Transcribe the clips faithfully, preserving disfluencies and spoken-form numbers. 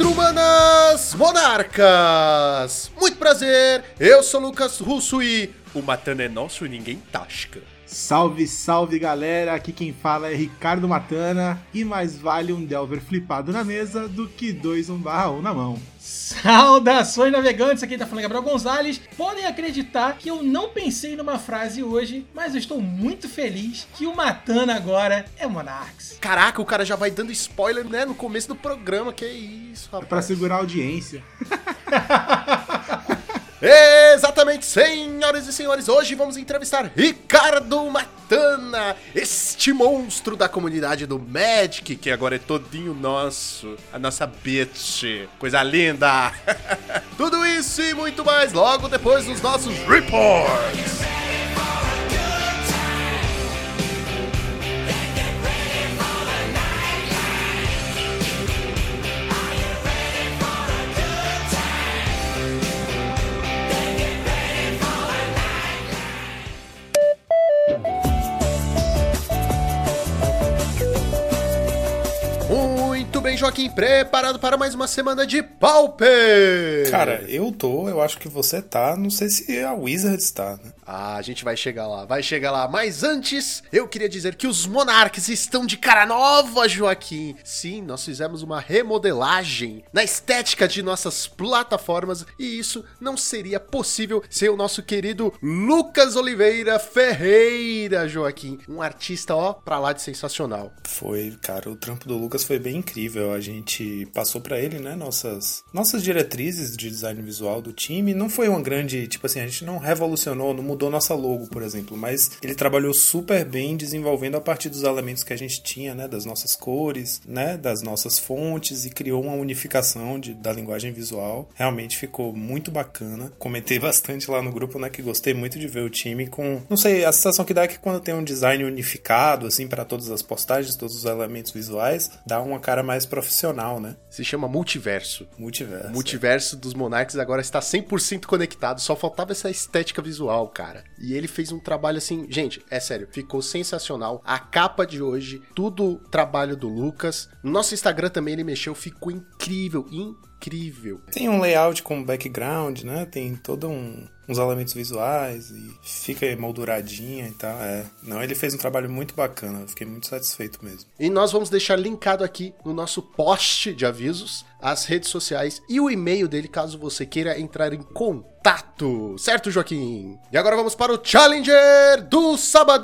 Matrumanas Monarcas! Muito prazer, eu sou Lucas Russo e o Matana é nosso e ninguém tasca. Salve, salve galera, aqui quem fala é Ricardo Matana e mais vale um Delver flipado na mesa do que dois um barra um na mão. Saudações navegantes, aqui tá falando Gabriel Gonzalez. Podem acreditar que eu não pensei numa frase hoje, mas eu estou muito feliz que o Matana agora é Monarques. Caraca, o cara já vai dando spoiler, né, no começo do programa, que isso, rapaz. É pra segurar a audiência. Exatamente, senhoras e senhores, hoje vamos entrevistar Ricardo Matana, este monstro da comunidade do Magic, que agora é todinho nosso, a nossa bitch, coisa linda. Tudo isso e muito mais logo depois dos nossos reports. Muito bem, Joaquim, preparado para mais uma semana de Pauper? Cara, eu tô, eu acho que você tá, não sei se a Wizards tá, né? Ah, a gente vai chegar lá, vai chegar lá. Mas antes, eu queria dizer que os Monarques estão de cara nova, Joaquim. Sim, nós fizemos uma remodelagem na estética de nossas plataformas e isso não seria possível sem o nosso querido Lucas Oliveira Ferreira, Joaquim. Um artista, ó, pra lá de sensacional. Foi, cara, o trampo do Lucas foi bem incrível. A gente passou pra ele, né, nossas, nossas diretrizes de design visual do time. Não foi uma grande, tipo assim, a gente não revolucionou, não mudou nossa logo, por exemplo, mas ele trabalhou super bem desenvolvendo a partir dos elementos que a gente tinha, né, das nossas cores, né, das nossas fontes e criou uma unificação de, da linguagem visual. Realmente ficou muito bacana. Comentei bastante lá no grupo, né, que gostei muito de ver o time com, não sei, a sensação que dá é que quando tem um design unificado, assim, para todas as postagens, todos os elementos visuais, dá uma cara mais profissional, né? Se chama multiverso. Multiverso. O multiverso é. dos Monarques agora está cem por cento conectado, só faltava essa estética visual, cara. E ele fez um trabalho assim, gente, é sério, ficou sensacional. A capa de hoje, tudo trabalho do Lucas. No nosso Instagram também ele mexeu, ficou incrível, incrível. Tem um layout com background, né? Tem todo um... uns elementos visuais e fica emolduradinha e tal, é. Não, ele fez um trabalho muito bacana, eu fiquei muito satisfeito mesmo. E nós vamos deixar linkado aqui no nosso post de avisos as redes sociais e o e-mail dele, caso você queira entrar em contato. Certo, Joaquim? E agora vamos para o Challenger do sábado!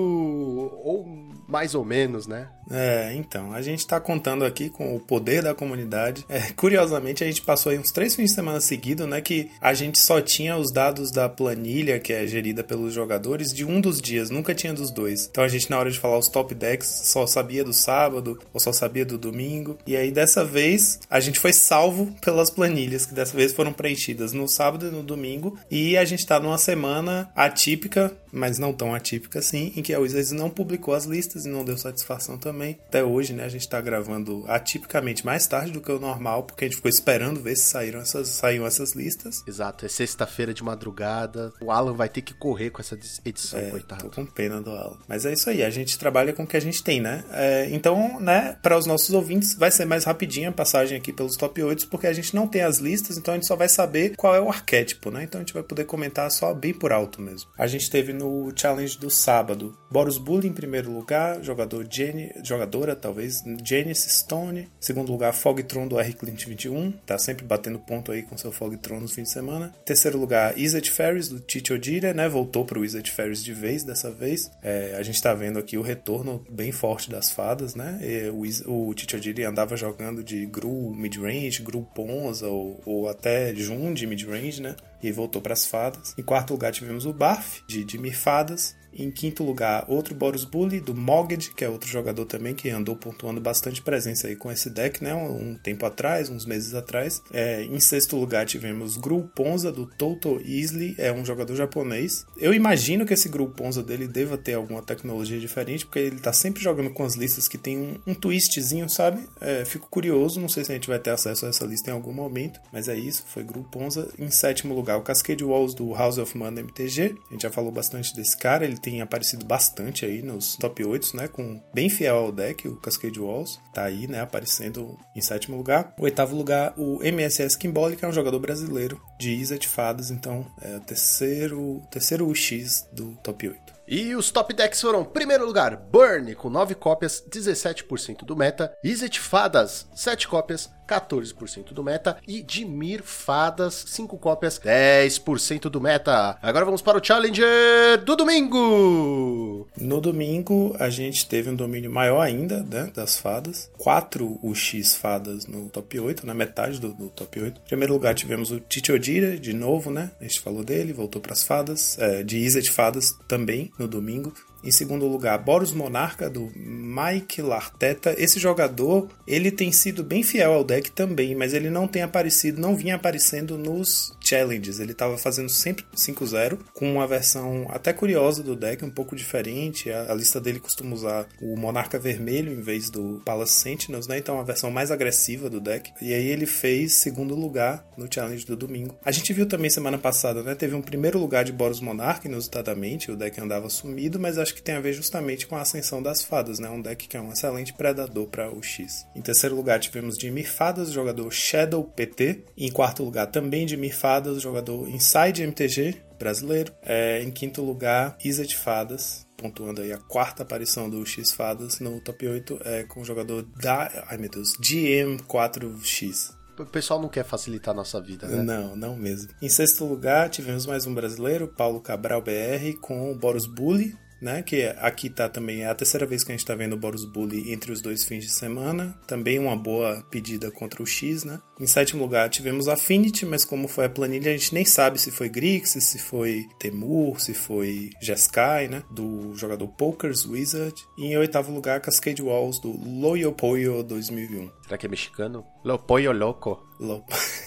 Ou mais ou menos, né? É, então, a gente tá contando aqui com o poder da comunidade. É, curiosamente, a gente passou aí uns três fins de semana seguidos, né, que a gente só tinha os dados da planilha, que é gerida pelos jogadores, de um dos dias, nunca tinha dos dois. Então a gente, na hora de falar os top decks, só sabia do sábado, ou só sabia do domingo. E aí, dessa vez, a gente foi salvo pelas planilhas, que dessa vez foram preenchidas no sábado e no domingo. E a gente tá numa semana atípica, mas não tão atípica assim, em que a Wizards não publicou as listas e não deu satisfação também. Até hoje, né, a gente tá gravando atipicamente mais tarde do que o normal, porque a gente ficou esperando ver se saíram essas, saíram essas listas. Exato, é sexta-feira de madrugada, o Alan vai ter que correr com essa edição, é, coitado. Tô com pena do Alan. Mas é isso aí, a gente trabalha com o que a gente tem, né? É, então, né, para os nossos ouvintes, vai ser mais rapidinha a passagem aqui pelos top oito, porque a gente não tem as listas, então a gente só vai saber qual é o arquétipo, né? Então a gente vai poder comentar só bem por alto mesmo. A gente teve no challenge do sábado, Boros Bully em primeiro lugar, jogador Jenny, jogadora talvez, Janice Stone, segundo lugar Fogtron do R Clint vinte e um, tá sempre batendo ponto aí com seu Fogtron no fim de semana. Terceiro lugar Izzet Ferris do Tite Odira, né, voltou pro Izzet Ferris de vez dessa vez. É, a gente tá vendo aqui o retorno bem forte das fadas, né? E o, o Tite Odira andava jogando de Gru midrange, Gru Ponza ou, ou até Jun de midrange, né? E voltou para as fadas. Em quarto lugar tivemos o Barf de Dimir Fadas. Em quinto lugar, outro Boros Bully, do Mogged, que é outro jogador também que andou pontuando bastante presença aí com esse deck, né? Um, um tempo atrás, uns meses atrás. É, em sexto lugar, tivemos Gru Ponza, do Toto Isley, é um jogador japonês. Eu imagino que esse Gru Ponza dele deva ter alguma tecnologia diferente, porque ele tá sempre jogando com as listas que tem um, um twistzinho, sabe? É, fico curioso, não sei se a gente vai ter acesso a essa lista em algum momento, mas é isso, foi Gru Ponza. Em sétimo lugar, o Cascade Walls, do House of Mana M T G. A gente já falou bastante desse cara, ele tem aparecido bastante aí nos top oito, né? Com bem fiel ao deck, o Cascade Walls. Tá aí, né? Aparecendo em sétimo lugar. O oitavo lugar, o M S S Kimball, que é um jogador brasileiro de Izzet Fadas. Então, é o terceiro, terceiro U X do top oito. E os top decks foram, primeiro lugar, Burn, com nove cópias, dezessete por cento do meta, Izzet Fadas, sete cópias, quatorze por cento do meta, e Dimir Fadas, cinco cópias, dez por cento do meta. Agora vamos para o Challenger do domingo! No domingo, a gente teve um domínio maior ainda, né, das fadas, quatro U X fadas no top oito, na metade do, do top oito. Em primeiro lugar, tivemos o Chichodira, de novo, né, a gente falou dele, voltou para as fadas, é, de Izzet Fadas também, no domingo. Em segundo lugar, Boros Monarca, do Mike Larteta. Esse jogador, ele tem sido bem fiel ao deck também, mas ele não tem aparecido, não vinha aparecendo nos challenges. Ele estava fazendo sempre cinco zero, com uma versão até curiosa do deck, um pouco diferente. A, a lista dele costuma usar o Monarca Vermelho em vez do Palace Sentinels, né? Então, uma versão mais agressiva do deck. E aí ele fez segundo lugar no challenge do domingo. A gente viu também semana passada, né? Teve um primeiro lugar de Boros Monarca, inusitadamente. O deck andava sumido, mas acho que tem a ver justamente com a ascensão das fadas, né? Um deck que é um excelente predador para o X. Em terceiro lugar tivemos Dimir Fadas, jogador Shadow P T. Em quarto lugar também Dimir Fadas, jogador Inside M T G, brasileiro. É, em quinto lugar, Izzet Fadas, pontuando aí a quarta aparição do X Fadas no top oito, é, com o jogador da, ai meu Deus, G M quatro X. O pessoal não quer facilitar a nossa vida, né? Não, não mesmo. Em sexto lugar, tivemos mais um brasileiro, Paulo Cabral B R, com o Boros Bully, né, que aqui tá também, é a terceira vez que a gente tá vendo o Boros Bully entre os dois fins de semana, também uma boa pedida contra o X, né. Em sétimo lugar tivemos Affinity, mas como foi a planilha, a gente nem sabe se foi Grix, se foi Temur, se foi Jeskai, né, do jogador Pokers Wizard. E em oitavo lugar, Cascade Walls, do Loyopoyo dois mil e um. Será que é mexicano? Lopoyo Loco. Lo...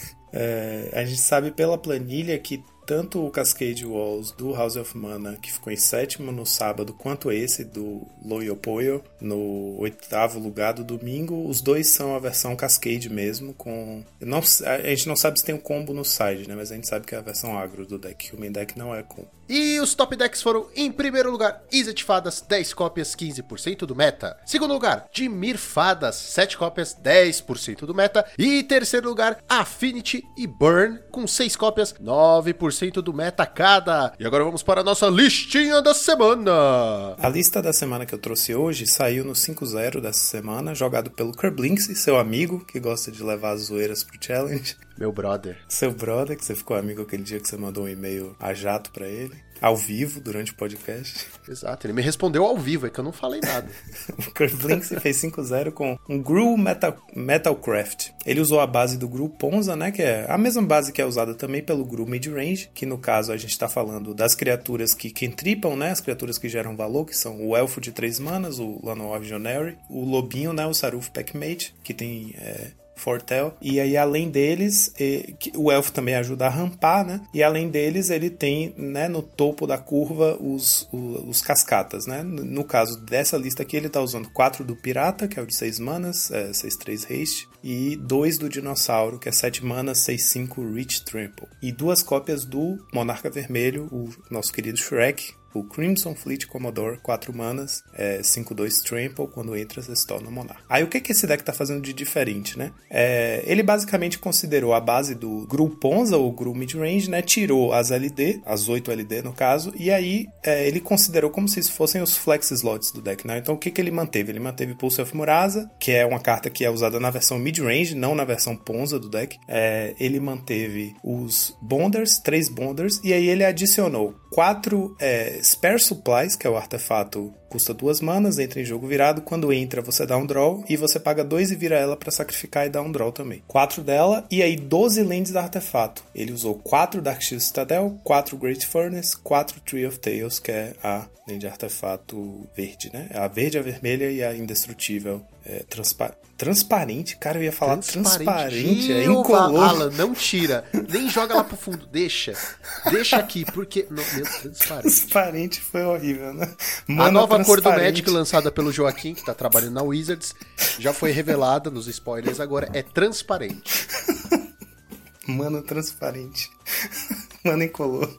é, a gente sabe pela planilha que tanto o Cascade Walls do House of Mana, que ficou em sétimo no sábado, quanto esse do Loyopoyo, no oitavo lugar do domingo, os dois são a versão Cascade mesmo, com... Não, a gente não sabe se tem um combo no side, né? Mas a gente sabe que é a versão agro do deck, o main deck não é combo. E os top decks foram, em primeiro lugar, Izzet Fadas, dez cópias, quinze por cento do meta. Segundo lugar, Dimir Fadas, sete cópias, dez por cento do meta. E terceiro lugar, Affinity e Burn, com seis cópias, nove por cento do meta cada. E agora vamos para a nossa listinha da semana. A lista da semana que eu trouxe hoje saiu no cinco zero dessa semana, jogado pelo Kerblinks, seu amigo, que gosta de levar as zoeiras pro challenge. Meu brother. Seu brother, que você ficou amigo aquele dia que você mandou um e-mail a jato pra ele, ao vivo, durante o podcast. Exato, ele me respondeu ao vivo, é que eu não falei nada. O Kerblinks fez cinco zero com um Gruul Metal, Metalcraft. Ele usou a base do Gruul Ponza, né, que é a mesma base que é usada também pelo Gruul Midrange, que no caso a gente tá falando das criaturas que cantripam, né, as criaturas que geram valor, que são o Elfo de três manas, o Llanowar Visionary, o Lobinho, né, o Saruf Packmate, que tem... É, Fortel, e aí além deles, eh, o elfo também ajuda a rampar, né? E além deles, ele tem, né, no topo da curva os, os, os cascatas, né? No, no caso dessa lista aqui, ele tá usando quatro do pirata, que é o de seis manas, é, seis três haste, e dois do dinossauro, que é sete manas, seis cinco reach trample. E duas cópias do Monarca Vermelho, o nosso querido Shrek, o Crimson Fleet Commodore, quatro manas, é, cinco dois trample, quando entra você se torna Monarca. Aí o que, que esse deck tá fazendo de diferente, né? É, ele basicamente considerou a base do Gruul Ponza, ou Gruul Midrange, né? Tirou as L D, as oito L D no caso, e aí é, ele considerou como se fossem os flex slots do deck, né? Então o que, que ele manteve? Ele manteve Pulse of Murasa, que é uma carta que é usada na versão Midrange, não na versão Ponza do deck. É, ele manteve os Bonders, três Bonders, e aí ele adicionou quatro é, Spare Supplies, que é o artefato, custa duas manas, entra em jogo virado, quando entra você dá um draw, e você paga dois e vira ela pra sacrificar e dar um draw também. quatro dela, e aí doze lands do artefato. Ele usou quatro Darkshield Citadel, quatro Great Furnace, quatro Tree of Tales, que é a land de artefato verde, né? A verde, a vermelha e a indestrutível. É, transpa- transparente, cara, eu ia falar transparente, transparente aí incolor. Alan, não tira, nem joga lá pro fundo, deixa, deixa aqui, porque, não, meu, transparente. Transparente foi horrível, né? Mano, a nova cor do Magic lançada pelo Joaquim, que tá trabalhando na Wizards, já foi revelada nos spoilers, agora é transparente. Mano transparente. Mano incolor.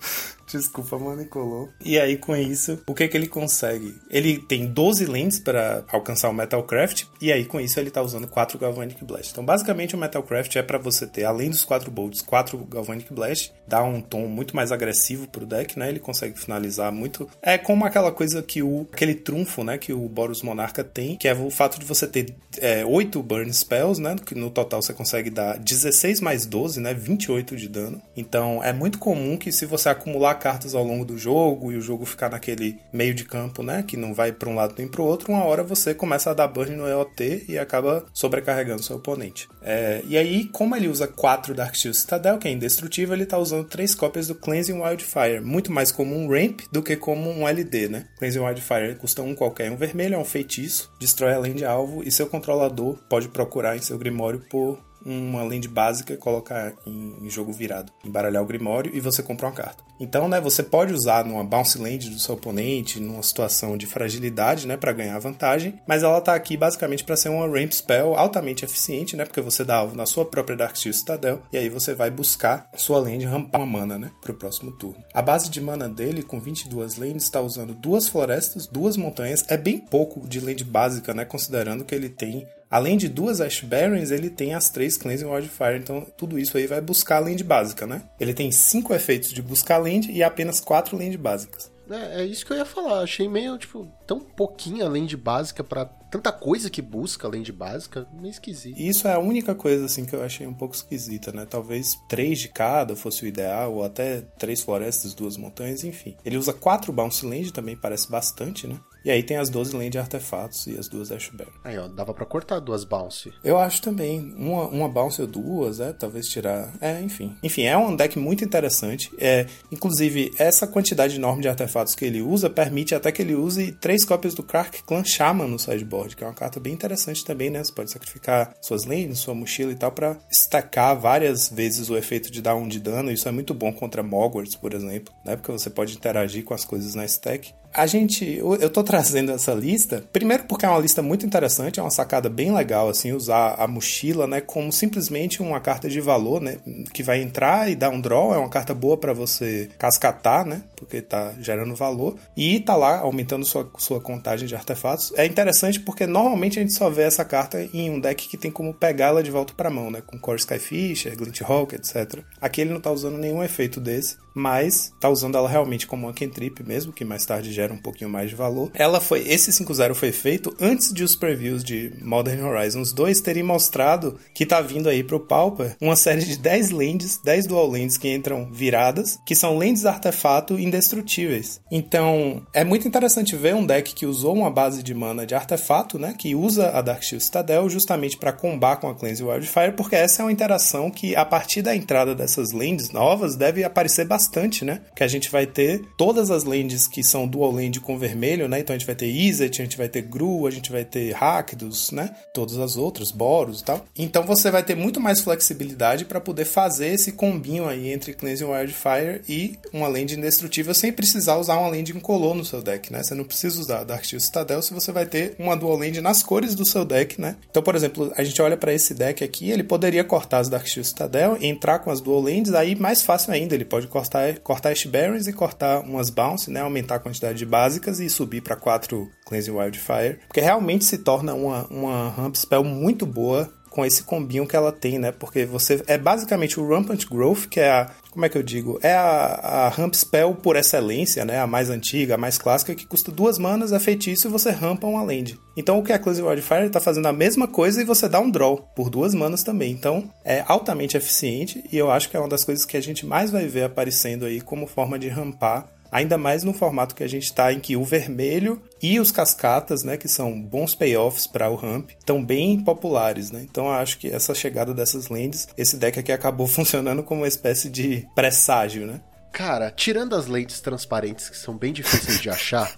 Desculpa, manicolou. E aí, com isso, o que que ele consegue? Ele tem doze lentes para alcançar o Metalcraft, e aí, com isso, ele tá usando quatro Galvanic Blast. Então, basicamente, o Metalcraft é para você ter, além dos quatro bolts, quatro Galvanic Blast, dá um tom muito mais agressivo pro deck, né? Ele consegue finalizar muito... É como aquela coisa que o... aquele trunfo, né? Que o Boros Monarca tem, que é o fato de você ter é, oito Burn Spells, né? Que no total você consegue dar dezesseis mais doze, né? vinte e oito de dano. Então, é muito comum que se você acumular cartas ao longo do jogo e o jogo ficar naquele meio de campo, né, que não vai para um lado nem para o outro, uma hora você começa a dar burn no E O T e acaba sobrecarregando seu oponente. É, e aí, como ele usa quatro Darksteel Citadel, que é indestrutível, ele tá usando três cópias do Cleansing Wildfire, muito mais como um ramp do que como um L D, né? Cleansing Wildfire custa um qualquer, um vermelho, é um feitiço, destrói a land alvo e seu controlador pode procurar em seu Grimório por uma land básica e colocar em, em jogo virado, embaralhar o Grimório e você compra uma carta. Então, né, você pode usar numa bounce land do seu oponente, numa situação de fragilidade, né, para ganhar vantagem, mas ela tá aqui basicamente para ser uma ramp spell altamente eficiente, né, porque você dá alvo na sua própria Darksteel Citadel e aí você vai buscar sua land rampar uma mana, né, pro próximo turno. A base de mana dele, com vinte e duas lands, está usando duas florestas, duas montanhas, é bem pouco de land básica, né, considerando que ele tem, além de duas Ash Barrens, ele tem as três Cleansing Wildfire, então tudo isso aí vai buscar a land básica, né? Ele tem cinco efeitos de buscar land e apenas quatro land básicas. É, é isso que eu ia falar, achei meio, tipo, tão pouquinho a land básica pra tanta coisa que busca a land básica, meio esquisito. Isso é a única coisa, assim, que eu achei um pouco esquisita, né? Talvez três de cada fosse o ideal, ou até três florestas, duas montanhas, enfim. Ele usa quatro Bounce Land, também parece bastante, né? E aí tem as doze land artefatos e as duas Ash Barren. Aí, ó, dava pra cortar duas bounce. Eu acho também. Uma, uma bounce ou duas, é, talvez tirar... É, enfim. Enfim, é um deck muito interessante. É, inclusive, essa quantidade enorme de artefatos que ele usa permite até que ele use três cópias do Krark Clan Shaman no sideboard, que é uma carta bem interessante também, né? Você pode sacrificar suas lands, sua mochila e tal, pra stackar várias vezes o efeito de dar um de dano. Isso é muito bom contra Mogwarts, por exemplo, né? Porque você pode interagir com as coisas na stack. A gente, eu tô trazendo essa lista, primeiro porque é uma lista muito interessante, é uma sacada bem legal, assim, usar a mochila, né, como simplesmente uma carta de valor, né, que vai entrar e dar um draw, é uma carta boa pra você cascatar, né, porque tá gerando valor, e tá lá aumentando sua, sua contagem de artefatos. É interessante porque normalmente a gente só vê essa carta em um deck que tem como pegá-la de volta pra mão, né, com Core Skyfisher, Glinthawk, etcétera. Aqui ele não tá usando nenhum efeito desse, mas tá usando ela realmente como uma cantrip mesmo, que mais tarde gera um pouquinho mais de valor. Ela foi, esse cinco zero foi feito antes de os previews de Modern Horizons dois terem mostrado que tá vindo aí pro Pauper uma série de dez lands, dez dual lands que entram viradas, que são lands artefato indestrutíveis. Então, é muito interessante ver um deck que usou uma base de mana de artefato, né, que usa a Darksteel Citadel justamente para combar com a Cleansing Wildfire, porque essa é uma interação que a partir da entrada dessas lands novas deve aparecer bastante, né, que a gente vai ter todas as lands que são dual land com vermelho, né? Então a gente vai ter Izzet, a gente vai ter Gru, a gente vai ter Rakdos, né? Todas as outras, Boros e tal. Então você vai ter muito mais flexibilidade para poder fazer esse combinho aí entre Cleansing Wildfire e uma land indestrutível sem precisar usar uma land incolor no seu deck, né? Você não precisa usar Darksteel Citadel se você vai ter uma dual land nas cores do seu deck, né? Então, por exemplo, a gente olha para esse deck aqui, ele poderia cortar as Darksteel Citadel, entrar com as dual lands, aí mais fácil ainda, ele pode cortar, cortar Ash Barrens e cortar umas bounce, né? Aumentar a quantidade de básicas e subir para quatro Cleansing Wildfire, porque realmente se torna uma, uma ramp spell muito boa com esse combinho que ela tem, né? Porque você é basicamente o Rampant Growth, que é a, como é que eu digo? É a, a ramp spell por excelência, né? A mais antiga, a mais clássica, que custa duas manas, é feitiço e você rampa uma land. Então o que a Cleansing Wildfire tá fazendo a mesma coisa e você dá um draw por duas manas também. Então é altamente eficiente e eu acho que é uma das coisas que a gente mais vai ver aparecendo aí como forma de rampar. Ainda mais no formato que a gente está, em que o vermelho e os cascatas, né, que são bons payoffs para o ramp, estão bem populares, né? Então eu acho que essa chegada dessas lands, esse deck aqui acabou funcionando como uma espécie de presságio, né? Cara, tirando as lentes transparentes, que são bem difíceis de achar...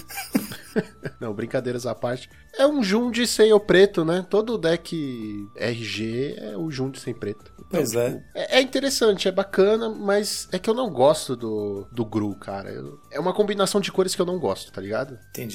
Não, brincadeiras à parte. É um Jund sem o preto, né? Todo deck R G é o Jund sem preto. Então, pois tipo, é. é. É interessante, é bacana, mas é que eu não gosto do, do Gru, cara. Eu, é uma combinação de cores que eu não gosto, tá ligado? Entendi.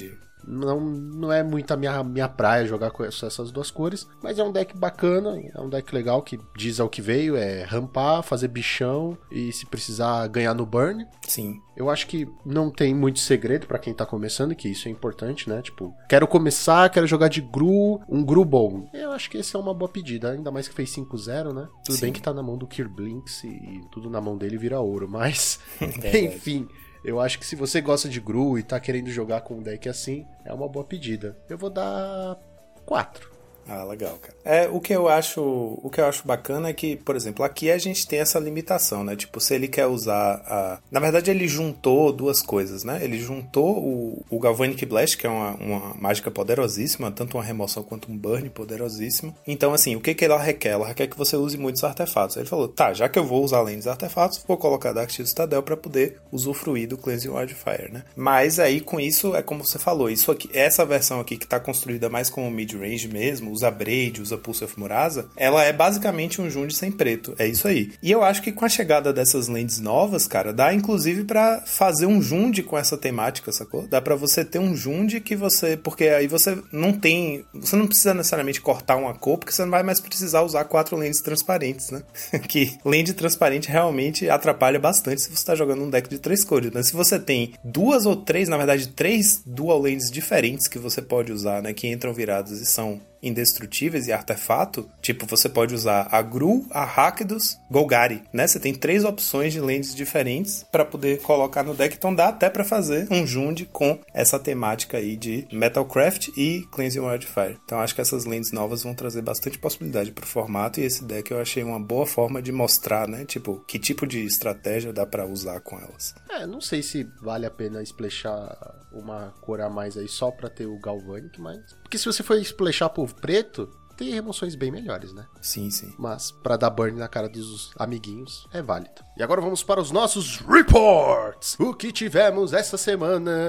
Não, não é muito a minha, minha praia jogar com essas duas cores, mas é um deck bacana, é um deck legal que diz ao que veio, é rampar, fazer bichão e se precisar ganhar no burn. Sim. Eu acho que não tem muito segredo pra quem tá começando, que isso é importante, né? Tipo, quero começar, quero jogar de Gru, um Gru bom. Eu acho que esse é uma boa pedida, ainda mais que fez cinco zero, né? Tudo Sim. bem que tá na mão do Kirblinks e, e tudo na mão dele vira ouro, mas é enfim, eu acho que se você gosta de Gru e tá querendo jogar com um deck assim, é uma boa pedida. Eu vou dar quatro. Ah, legal, cara. É, o que eu acho, o que eu acho bacana é que, por exemplo, aqui a gente tem essa limitação, né? Tipo, se ele quer usar a... Na verdade, ele juntou duas coisas, né? Ele juntou o, o Galvanic Blast, que é uma, uma mágica poderosíssima, tanto uma remoção quanto um burn poderosíssimo. Então, assim, o que que ela requer? Ela requer que você use muitos artefatos. Ele falou, tá, já que eu vou usar além dos artefatos, vou colocar Dark Shield Citadel pra poder usufruir do Cleansing Wildfire, né? Mas aí, com isso, é como você falou, isso aqui, essa versão aqui que tá construída mais como mid-range mesmo, usa Braid, usa Pulse of Murasa, ela é basicamente um Jund sem preto, é isso aí. E eu acho que com a chegada dessas lands novas, cara, dá inclusive pra fazer um Jund com essa temática, sacou? Dá pra você ter um Jund que você... Porque aí você não tem... Você não precisa necessariamente cortar uma cor, porque você não vai mais precisar usar quatro lands transparentes, né? Que land transparente realmente atrapalha bastante se você tá jogando um deck de três cores, né? Se você tem duas ou três, na verdade, três dual lands diferentes que você pode usar, né? Que entram viradas e são indestrutíveis e artefato, tipo, você pode usar a Gru, a Rakdos, Golgari, né? Você tem três opções de lands diferentes para poder colocar no deck, então dá até para fazer um Jund com essa temática aí de Metalcraft e Cleansing Wildfire. Então acho que essas lands novas vão trazer bastante possibilidade pro formato, e esse deck eu achei uma boa forma de mostrar, né? Tipo, que tipo de estratégia dá para usar com elas. É, não sei se vale a pena splashar uma cor a mais aí só pra ter o Galvanic, mas... Porque se você for splashar por preto, tem remoções bem melhores, né? Sim, sim. Mas pra dar burn na cara dos amiguinhos, é válido. E agora vamos para os nossos reports. O que tivemos essa semana,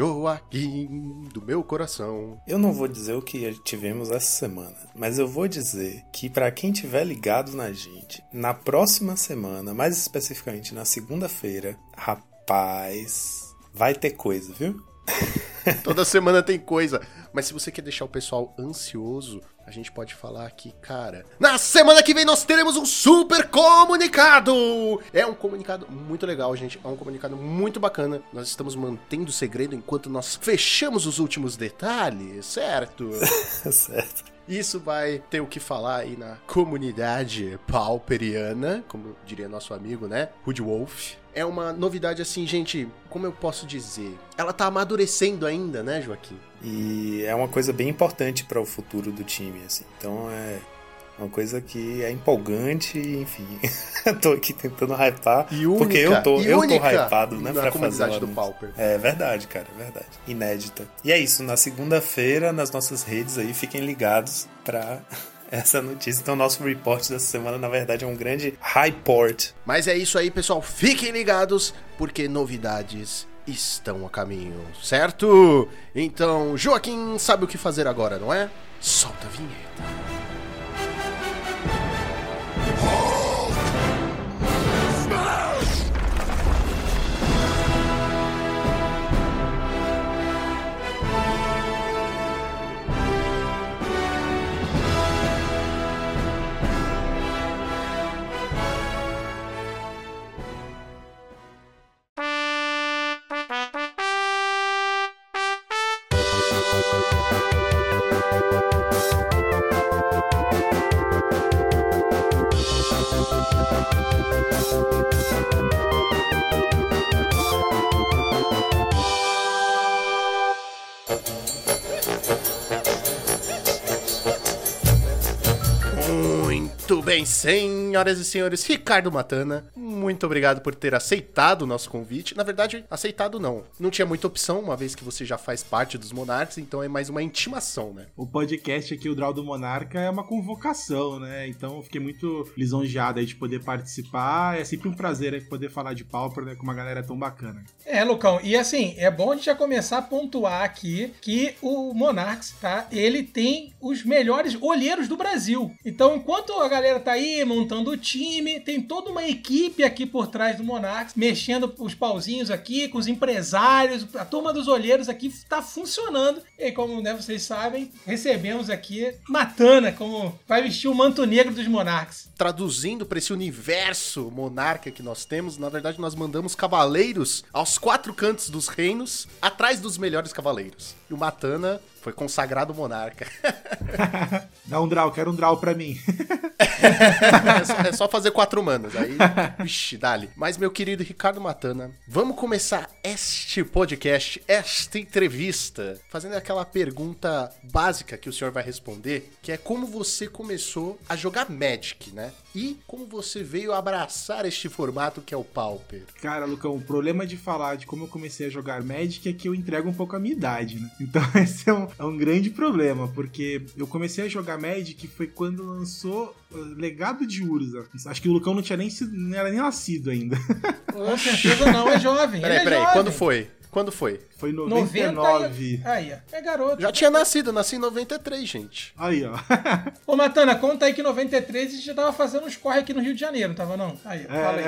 Joaquim, do meu coração. Eu não vou dizer o que tivemos essa semana, mas eu vou dizer que pra quem tiver ligado na gente, na próxima semana, mais especificamente na segunda-feira, rapaz, vai ter coisa, viu? Toda semana tem coisa. Mas se você quer deixar o pessoal ansioso, a gente pode falar aqui, cara, na semana que vem nós teremos um super comunicado. É um comunicado muito legal, gente. É um comunicado muito bacana. Nós estamos mantendo o segredo enquanto nós fechamos os últimos detalhes, certo? Certo. Isso vai ter o que falar aí na comunidade pauperiana, como diria nosso amigo, né? Hood Wolf. É uma novidade assim, gente, como eu posso dizer? Ela tá amadurecendo ainda, né, Joaquim? E é uma coisa bem importante para o futuro do time, assim. Então é uma coisa que é empolgante, enfim. Tô aqui tentando hypar, e única, porque eu tô, eu tô hypado, né, na pra comunidade fazer do Pauper. É verdade, cara, é verdade. Inédita. E é isso, na segunda-feira, nas nossas redes aí, fiquem ligados pra essa notícia. Então, nosso report dessa semana, na verdade, é um grande hyport. Mas é isso aí, pessoal. Fiquem ligados, porque novidades estão a caminho, certo? Então, Joaquim sabe o que fazer agora, não é? Solta a vinheta. Muito bem, senhoras e senhores, Ricardo Matana, muito obrigado por ter aceitado o nosso convite. Na verdade, aceitado não, não tinha muita opção, uma vez que você já faz parte dos Monarcas, então é mais uma intimação, né? O podcast aqui, o Draw do Monarca, é uma convocação, né? Então eu fiquei muito lisonjeado aí de poder participar. É sempre um prazer aí poder falar de Pauper, né, com uma galera tão bacana. É, Lucão, e assim, é bom a gente já começar a pontuar aqui que o Monarchs, tá? Ele tem os melhores olheiros do Brasil. Então, enquanto a galera tá aí montando o time, tem toda uma equipe aqui aqui por trás do Monarques, mexendo os pauzinhos aqui, com os empresários, a turma dos olheiros aqui tá funcionando. E como né, vocês sabem, recebemos aqui Matana, como vai vestir o manto negro dos Monarques. Traduzindo para esse universo monarca que nós temos, na verdade nós mandamos cavaleiros aos quatro cantos dos reinos, atrás dos melhores cavaleiros. E o Matana foi consagrado monarca. Dá um draw, quero um draw pra mim. é, só, é só fazer quatro manas, aí, vixi, dali. Mas, meu querido Ricardo Matana, vamos começar este podcast, esta entrevista, fazendo aquela pergunta básica que o senhor vai responder, que é como você começou a jogar Magic, né? E como você veio abraçar este formato que é o Pauper. Cara, Lucão, o problema de falar de como eu comecei a jogar Magic é que eu entrego um pouco a minha idade, né? Então esse é um, é um grande problema, porque eu comecei a jogar Magic foi quando lançou Legado de Urza. Acho que o Lucão não tinha nem sido, não era nem nascido ainda. Com certeza não, é jovem. Peraí, é peraí, jovem. quando foi? Quando foi? Foi em noventa e nove. noventa, aí, é garoto. Já tinha nascido, nasci em noventa e três, gente. Aí, ó. Ô, Matana, conta aí que em noventa e três a gente já tava fazendo uns corre aqui no Rio de Janeiro, não tava não? Aí, é... fala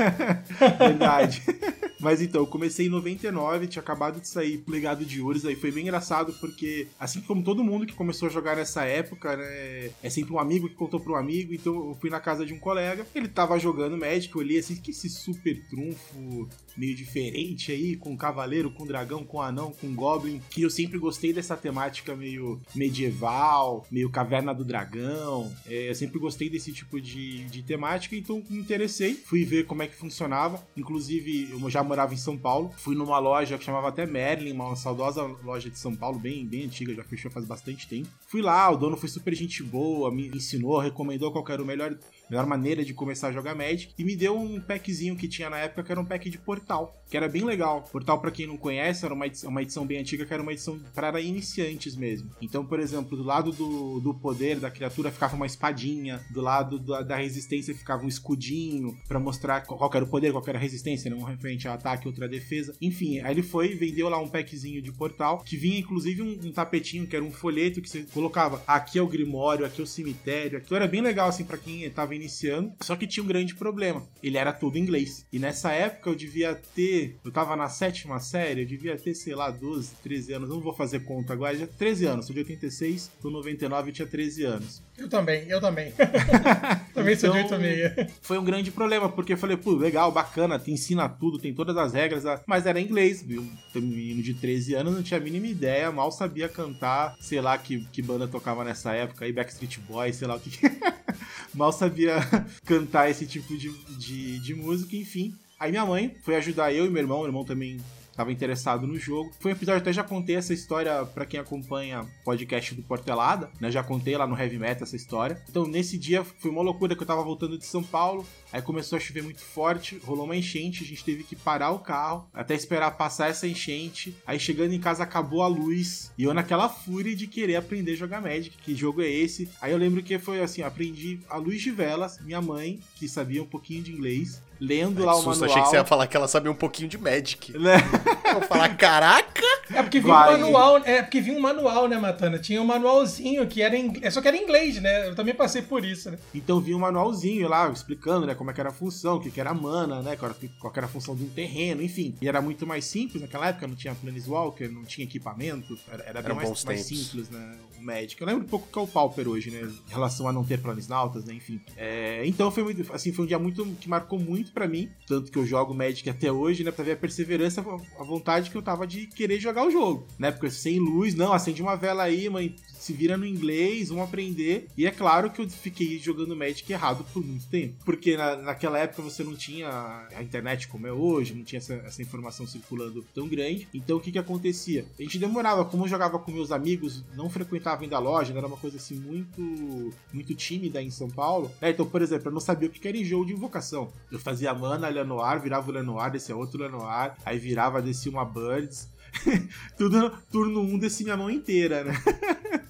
aí. Verdade. Mas então, eu comecei em noventa e nove, tinha acabado de sair Legado de Urza, e foi bem engraçado porque, assim como todo mundo que começou a jogar nessa época, né, é sempre um amigo que contou para um amigo, então eu fui na casa de um colega, ele tava jogando Magic, eu olhei assim, que esse super trunfo meio diferente aí, com cavaleiro, com dragão, com anão, com goblin, que eu sempre gostei dessa temática meio medieval, meio caverna do dragão, é, eu sempre gostei desse tipo de, de temática, então me interessei, fui ver como é que funcionava, inclusive eu já morava em São Paulo, fui numa loja que chamava até Merlin, uma saudosa loja de São Paulo, bem, bem antiga, já fechou faz bastante tempo. Fui lá, o dono foi super gente boa, me ensinou, recomendou qual era o melhor, melhor maneira de começar a jogar Magic, e me deu um packzinho que tinha na época, que era um pack de Portal, que era bem legal. Portal, pra quem não conhece, era uma edição, uma edição bem antiga, que era uma edição para iniciantes mesmo. Então, por exemplo, do lado do, do poder da criatura ficava uma espadinha, do lado da, da resistência ficava um escudinho, pra mostrar qual era o poder, qual era a resistência, né? Um referente a ataque, outra a defesa. Enfim, aí ele foi e vendeu lá um packzinho de Portal, que vinha inclusive um, um tapetinho, que era um folheto, que você colocava, aqui é o Grimório, aqui é o cemitério, aqui era bem legal, assim, pra quem tava iniciando, só que tinha um grande problema, ele era todo em inglês, e nessa época eu devia ter, eu tava na sétima série, eu devia ter, sei lá, doze, treze anos, não vou fazer conta agora, já treze anos, sou de oitenta e seis, tô noventa e nove, eu tinha treze anos. Eu também, eu também. Também então, sou de oito e meia. Foi um grande problema, porque eu falei, pô, legal, bacana, te ensina tudo, tem todas as regras, mas era em inglês, viu? Um menino de treze anos, não tinha a mínima ideia, mal sabia cantar, sei lá que, que banda tocava nessa época, aí Backstreet Boys, sei lá o que que... Mal sabia cantar esse tipo de, de, de música, enfim. Aí minha mãe foi ajudar eu e meu irmão, meu irmão também estava interessado no jogo. Foi um episódio, até já contei essa história pra quem acompanha o podcast do Portelada, né? Já contei lá no Heavy Metal essa história. Então, nesse dia, foi uma loucura que eu tava voltando de São Paulo, aí começou a chover muito forte, rolou uma enchente, a gente teve que parar o carro, até esperar passar essa enchente. Aí, chegando em casa, acabou a luz, e eu naquela fúria de querer aprender a jogar Magic. Que jogo é esse? Aí eu lembro que foi assim, aprendi a luz de velas, minha mãe, que sabia um pouquinho de inglês, lendo Ai, lá o susto, manual. Achei que você ia falar que ela sabia um pouquinho de Magic. Né? Eu vou falar, caraca! É porque vinha Vai. um manual, é porque vinha um manual, né, Matana? Tinha um manualzinho que era em, só que era em inglês, né? Eu também passei por isso, né? Então vinha um manualzinho lá, explicando, né, como é que era a função, o que que era mana, né, qual era, qual era a função de um terreno, enfim. E era muito mais simples naquela época, não tinha Planeswalker, não tinha equipamento, era, era bem mais, mais simples, né, o Magic. Eu lembro um pouco que é o Pauper hoje, né, em relação a não ter Planesnautas, né, enfim. É, então foi, muito, assim, foi um dia muito, que marcou muito pra mim, tanto que eu jogo Magic até hoje, né, pra ver a perseverança, a vontade que eu tava de querer jogar o jogo, né, porque sem luz, não, acende uma vela aí, mãe, se vira no inglês, vamos aprender. E é claro que eu fiquei jogando Magic errado por muito tempo. Porque na, naquela época você não tinha a internet como é hoje, não tinha essa, essa informação circulando tão grande. Então o que que acontecia? A gente demorava, como eu jogava com meus amigos, não frequentava ainda a loja, era uma coisa assim muito, muito tímida em São Paulo. É, então, por exemplo, eu não sabia o que era enjoo de invocação. Eu fazia mana, Lenoir, virava o Lenoir, descia outro Lenoir, aí virava, descia uma Birds. Tudo turno um, descia minha mão inteira, né?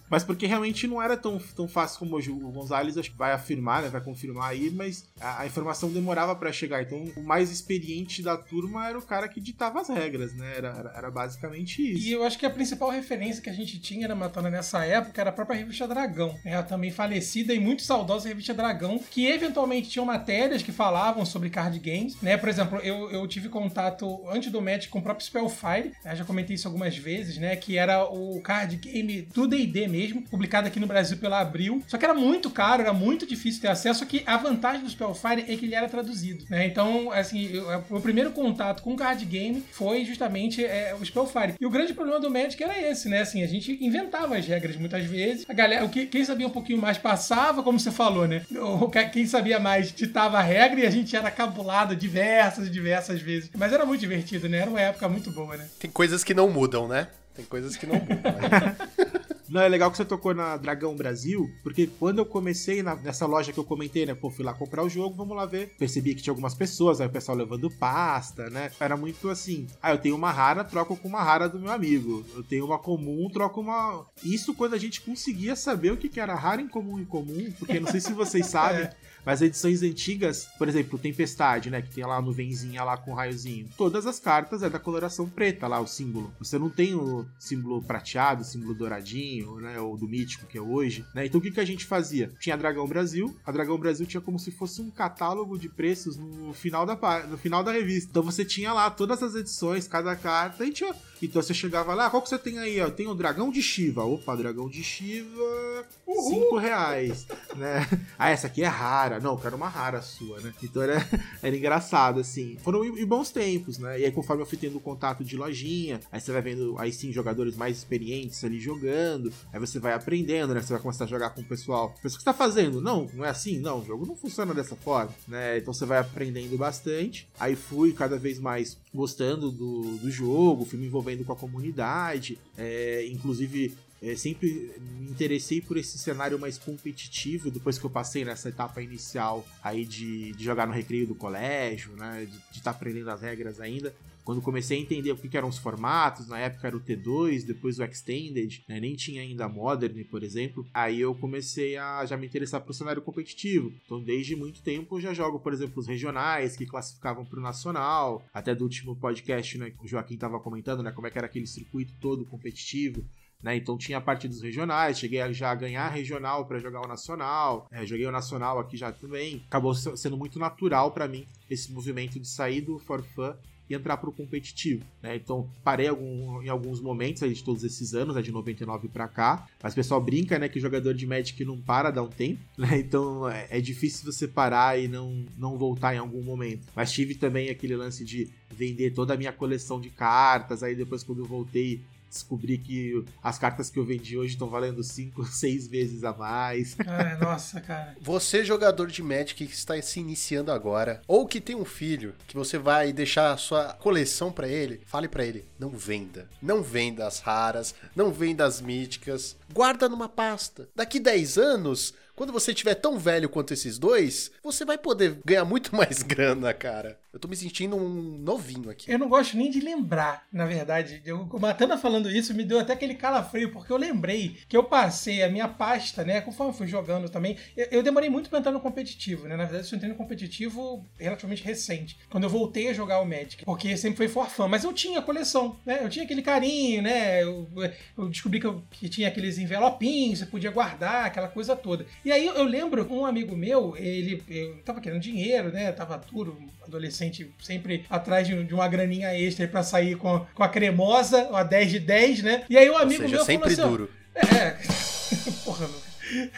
Mas porque realmente não era tão, tão fácil como hoje. O Gonzalez acho que vai afirmar, né? Vai confirmar aí, mas a, a informação demorava pra chegar. Então, o mais experiente da turma era o cara que ditava as regras, né? Era, era, era basicamente isso. E eu acho que a principal referência que a gente tinha na Matana nessa época era a própria revista Dragão. Né? A também falecida e muito saudosa revista Dragão, que eventualmente tinham matérias que falavam sobre card games, né? Por exemplo, eu, eu tive contato antes do Magic com o próprio Spellfire, né? Já comentei isso algumas vezes, né? Que era o card game do D e D mesmo, publicado aqui no Brasil pela Abril. Só que era muito caro, era muito difícil ter acesso, só que a vantagem do Spellfire é que ele era traduzido, né? Então, assim, eu, o primeiro contato com card game foi justamente é, o Spellfire. E o grande problema do Magic era esse, né? Assim, a gente inventava as regras muitas vezes. A galera, o que, quem sabia um pouquinho mais passava, como você falou, né? O, quem sabia mais ditava a regra e a gente era cabulado diversas e diversas vezes. Mas era muito divertido, né? Era uma época muito boa, né? Tem coisas que não mudam, né? Tem coisas que não mudam. Né? Não, é legal que você tocou na Dragão Brasil, porque quando eu comecei na, nessa loja que eu comentei, né, pô, fui lá comprar o jogo, vamos lá ver. Percebi que tinha algumas pessoas, aí o pessoal levando pasta, né? Era muito assim, ah, eu tenho uma rara, troco com uma rara do meu amigo. Eu tenho uma comum, troco uma... Isso quando a gente conseguia saber o que que era rara, incomum e comum, porque não sei se vocês sabem... é. Mas edições antigas, por exemplo, Tempestade, né? Que tem lá a nuvenzinha lá com o raiozinho. Todas as cartas é da coloração preta lá, o símbolo. Você não tem o símbolo prateado, o símbolo douradinho, né? Ou do mítico, que é hoje, né? Então o que, que a gente fazia? Tinha a Dragão Brasil. A Dragão Brasil tinha como se fosse um catálogo de preços no final da, no final da revista. Então você tinha lá todas as edições, cada carta, e tinha... Então você chegava lá, qual que você tem aí? Ó, tem o Dragão de Shiva. Opa, Dragão de Shiva, cinco reais, né? Ah, essa aqui é rara. Não, eu quero uma rara sua, né? Então era, era engraçado, assim. Foram e bons tempos, né? E aí conforme eu fui tendo contato de lojinha, aí você vai vendo, aí sim, jogadores mais experientes ali jogando, aí você vai aprendendo, né? Você vai começar a jogar com o pessoal. Mas o que você tá fazendo? Não, não é assim? Não, o jogo não funciona dessa forma, né? Então você vai aprendendo bastante. Aí fui cada vez mais gostando do, do jogo, fui me envolvendo com a comunidade, é, inclusive é, sempre me interessei por esse cenário mais competitivo depois que eu passei nessa etapa inicial aí de, de jogar no recreio do colégio, né, de estar tá aprendendo as regras ainda. Quando comecei a entender o que, que eram os formatos, na época era o T dois, depois o Extended, né? Nem tinha ainda a Modern, por exemplo. Aí eu comecei a já me interessar pro cenário competitivo. Então, desde muito tempo, eu já jogo, por exemplo, os regionais, que classificavam pro nacional. Até do último podcast, né, que o Joaquim tava comentando, né, como é que era aquele circuito todo competitivo. Né, então tinha a parte dos regionais, cheguei a já ganhar regional para jogar o nacional, é, joguei o nacional aqui já também. Acabou sendo muito natural para mim esse movimento de sair do for fun e entrar pro competitivo, né? Então parei algum, em alguns momentos aí de todos esses anos, né, de noventa e nove pra cá, mas o pessoal brinca, né, que jogador de Magic não para, dá um tempo, né? Então é, é difícil você parar e não, não voltar em algum momento. Mas tive também aquele lance de vender toda a minha coleção de cartas, aí depois quando eu voltei descobri que as cartas que eu vendi hoje estão valendo cinco, seis vezes a mais. Ai, nossa, cara. Você, jogador de Magic que está se iniciando agora, ou que tem um filho, que você vai deixar a sua coleção pra ele, fale pra ele, não venda. Não venda as raras, não venda as míticas. Guarda numa pasta. Daqui dez anos... Quando você estiver tão velho quanto esses dois, você vai poder ganhar muito mais grana, cara. Eu tô me sentindo um novinho aqui. Eu não gosto nem de lembrar, na verdade. Eu, o Matana falando isso me deu até aquele calafrio, porque eu lembrei que eu passei a minha pasta, né, conforme eu fui jogando também. Eu, eu demorei muito pra entrar no competitivo, né? Na verdade, eu entrei no competitivo relativamente recente, quando eu voltei a jogar o Magic, porque sempre foi for fun. Mas eu tinha coleção, né? Eu tinha aquele carinho, né? Eu, eu descobri que, eu, que tinha aqueles envelopinhos, você podia guardar, aquela coisa toda. E aí eu lembro, um amigo meu, ele eu tava querendo dinheiro, né? Tava duro, adolescente, sempre atrás de, de uma graninha extra aí pra sair com, com a cremosa, a dez de dez, né? E aí um amigo Ou seja, meu sempre falou assim... duro. É, porra, meu.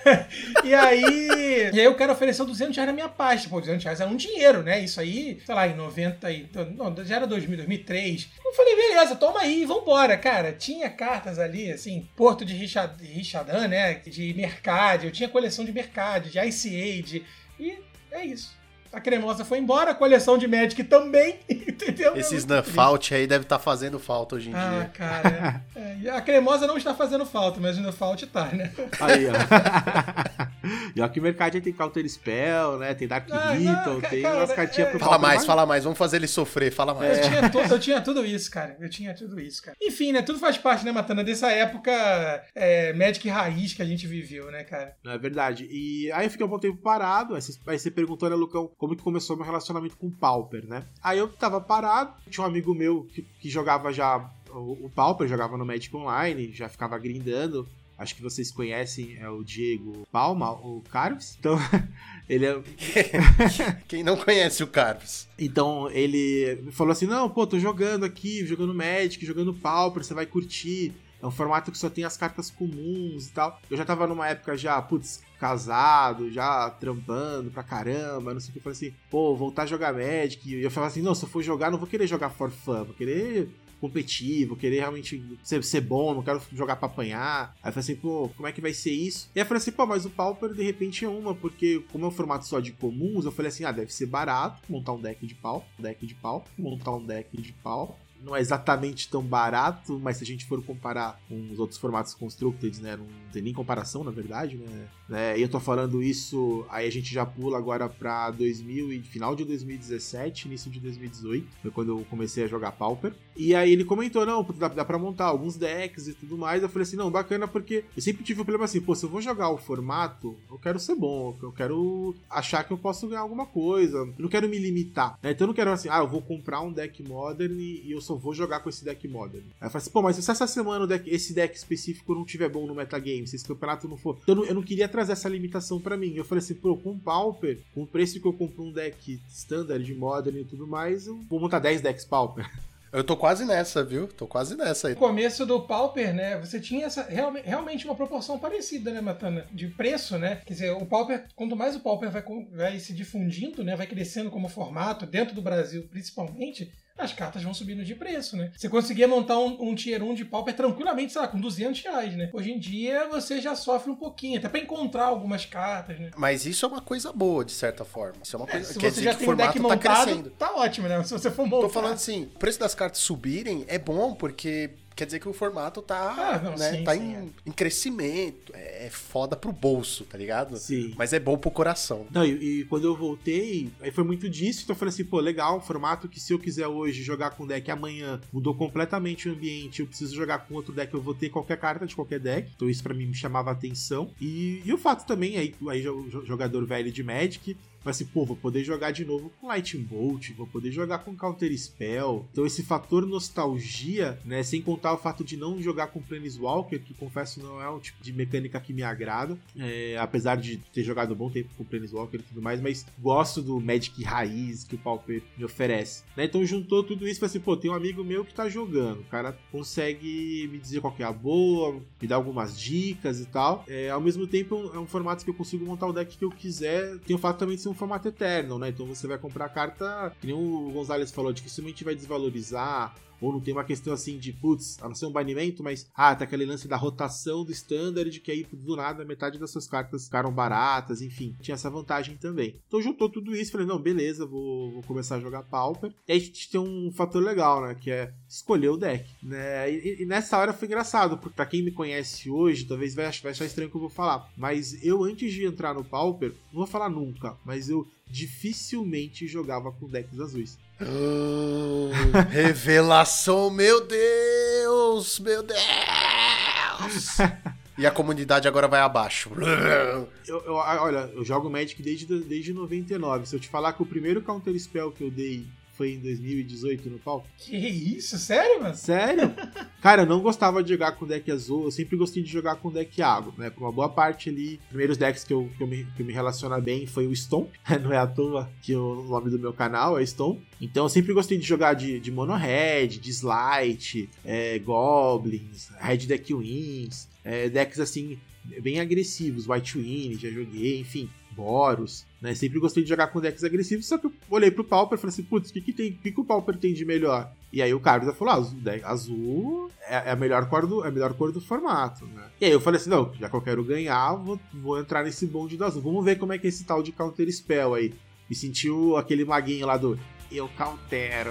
e aí e aí o cara ofereceu duzentos reais na minha pasta. Pô, duzentos reais era um dinheiro, né? Isso aí, sei lá, em noventa e... Não, já era dois mil, dois mil e três. Eu falei, beleza, toma aí, vambora. Cara, tinha cartas ali, assim, Porto de Richard, Richardin, né? De Mercade, eu tinha coleção de Mercade, de Ice Age. E é isso. A cremosa foi embora, a coleção de Magic também. entendeu? Esse É snuff out aí deve estar tá fazendo falta hoje em ah, dia. Ah, cara. É. É, a cremosa não está fazendo falta, mas o snuff out tá, né? Aí, ó. E ó que o mercado tem Counter Spell, né? Tem Dark Ah, Ritual, tem cara, umas cartinhas é... pro Fala Pauper, mais, mas... fala mais. Vamos fazer ele sofrer, fala mais. Eu, tinha to- eu tinha tudo isso, cara. Eu tinha tudo isso, cara. Enfim, né? Tudo faz parte, né, Matana? Dessa época é, Magic raiz que a gente viveu, né, cara? Não é verdade. E aí eu fiquei um bom tempo parado. Aí você, aí você perguntou, né, Lucão, como que começou meu relacionamento com o Pauper, né? Aí eu tava parado, tinha um amigo meu que, que jogava já o, o Pauper, jogava no Magic Online, já ficava grindando. Acho que vocês conhecem, é o Diego Palma, o Carves. Então, ele é... Quem não conhece o Carves? Então, ele falou assim, não, pô, tô jogando aqui, jogando Magic, jogando Pauper, você vai curtir. É um formato que só tem as cartas comuns e tal. Eu já tava numa época já, putz, casado, já trampando pra caramba, não sei o que. Eu falei assim, pô, voltar a jogar Magic. E eu falava assim, não, se eu for jogar, não vou querer jogar for fun, vou querer... competitivo, querer realmente ser, ser bom, não quero jogar pra apanhar. Aí eu falei assim, pô, como é que vai ser isso? E aí eu falei assim, pô, mas o Pauper de repente é uma, porque como é um formato só de comuns, eu falei assim, ah, deve ser barato montar um deck de pau, um deck de pau, montar um deck de pau. Não é exatamente tão barato, mas se a gente for comparar com os outros formatos constructed, né, não tem nem comparação, na verdade, né, né, e eu tô falando isso, aí a gente já pula agora pra dois mil e final de dois mil e dezessete, início de dois mil e dezoito, foi quando eu comecei a jogar Pauper, e aí ele comentou, não, dá, dá pra montar alguns decks e tudo mais, eu falei assim, não, bacana, porque eu sempre tive o problema assim, pô, se eu vou jogar o formato, eu quero ser bom, eu quero achar que eu posso ganhar alguma coisa, eu não quero me limitar, né, então eu não quero assim, ah, eu vou comprar um deck Modern e eu só vou jogar com esse deck Modern. Aí eu falei assim, pô, mas se essa semana o deck, esse deck específico não tiver bom no metagame, se esse campeonato não for... Então eu não, eu não queria trazer essa limitação pra mim. Eu falei assim, pô, com o Pauper, com o preço que eu compro um deck Standard, Modern e tudo mais, eu vou montar dez decks Pauper. Eu tô quase nessa, viu? Tô quase nessa aí. No começo do Pauper, né, você tinha essa, realmente, realmente uma proporção parecida, né, Matana? De preço, né? Quer dizer, o Pauper, quanto mais o Pauper vai, vai se difundindo, né, vai crescendo como formato, dentro do Brasil principalmente, as cartas vão subindo de preço, né? Você conseguia montar um, um Tier um de Pauper tranquilamente, sei lá, com duzentos reais, né? Hoje em dia você já sofre um pouquinho, até pra encontrar algumas cartas, né? Mas isso é uma coisa boa, de certa forma. Isso é uma coisa... É, se quer você dizer já que tem o um deck formato tá montado, crescendo. tá ótimo, né? Se você for montar. Tô falando assim, o preço das cartas subirem é bom, porque... quer dizer que o formato tá, ah, não, né, sim, tá sim, em, é. em crescimento. É foda pro bolso, tá ligado? Sim. Mas é bom pro coração. Não, e, e quando eu voltei, aí foi muito disso, então eu falei assim, pô, legal, um formato que se eu quiser hoje jogar com deck amanhã, mudou completamente o ambiente, eu preciso jogar com outro deck, eu vou ter qualquer carta de qualquer deck, então isso pra mim me chamava atenção. E, e o fato também, aí, aí o jogador velho de Magic, mas assim, pô, vou poder jogar de novo com Lightning Bolt, vou poder jogar com Counter Spell. Então esse fator nostalgia, né, sem contar o fato de não jogar com Planeswalker, que confesso não é um tipo de mecânica que me agrada, é, apesar de ter jogado um bom tempo com Planeswalker e tudo mais, mas gosto do Magic raiz que o Pauper me oferece, né? Então juntou tudo isso e falei assim, pô, tem um amigo meu que tá jogando, o cara consegue me dizer qual que é a boa, me dar algumas dicas e tal, é, ao mesmo tempo é um formato que eu consigo montar o deck que eu quiser, tem o fato também de ser um formato eterno, né? Então você vai comprar a carta, que nem o Gonzalez falou, dificilmente vai desvalorizar, ou não tem uma questão assim de, putz, a não ser um banimento, mas, ah, tá aquele lance da rotação do Standard, que aí do nada metade das suas cartas ficaram baratas, enfim, tinha essa vantagem também. Então juntou tudo isso, falei, não, beleza, vou, vou começar a jogar Pauper. E aí a gente tem um fator legal, né, que é escolher o deck, né, e, e nessa hora foi engraçado, porque pra quem me conhece hoje, talvez vai achar, vai achar estranho o que eu vou falar, mas eu antes de entrar no Pauper, não vou falar nunca, mas eu dificilmente jogava com decks azuis. Oh, revelação, meu Deus, meu Deus. E a comunidade agora vai abaixo. Eu, eu, olha, eu jogo Magic desde, desde noventa e nove. Se eu te falar que o primeiro Counter Spell que eu dei foi em dois mil e dezoito no palco. Que isso? Sério, mano? Sério? Cara, eu não gostava de jogar com deck azul, eu sempre gostei de jogar com deck água, né? Por uma boa parte ali, os primeiros decks que eu, que eu, me, que eu me relaciono bem foi o Stomp, não é à toa que o nome do meu canal é Stomp. Então eu sempre gostei de jogar de, de Mono Red, de Slight, é, Goblins, Red Deck Wings, é, decks assim, bem agressivos, White Win, já joguei, enfim, Boros, né? Sempre gostei de jogar com decks agressivos, só que eu olhei pro Pauper e falei assim, putz, o que que tem, o que que o Pauper tem de melhor? E aí o Carlos falou, ah, azul, azul é, é, a melhor cor do, é a melhor cor do formato, né? E aí eu falei assim, não, já que eu quero ganhar, vou, vou entrar nesse bonde do azul, vamos ver como é que é esse tal de Counter Spell aí. Me sentiu aquele maguinho lá do eu cautero.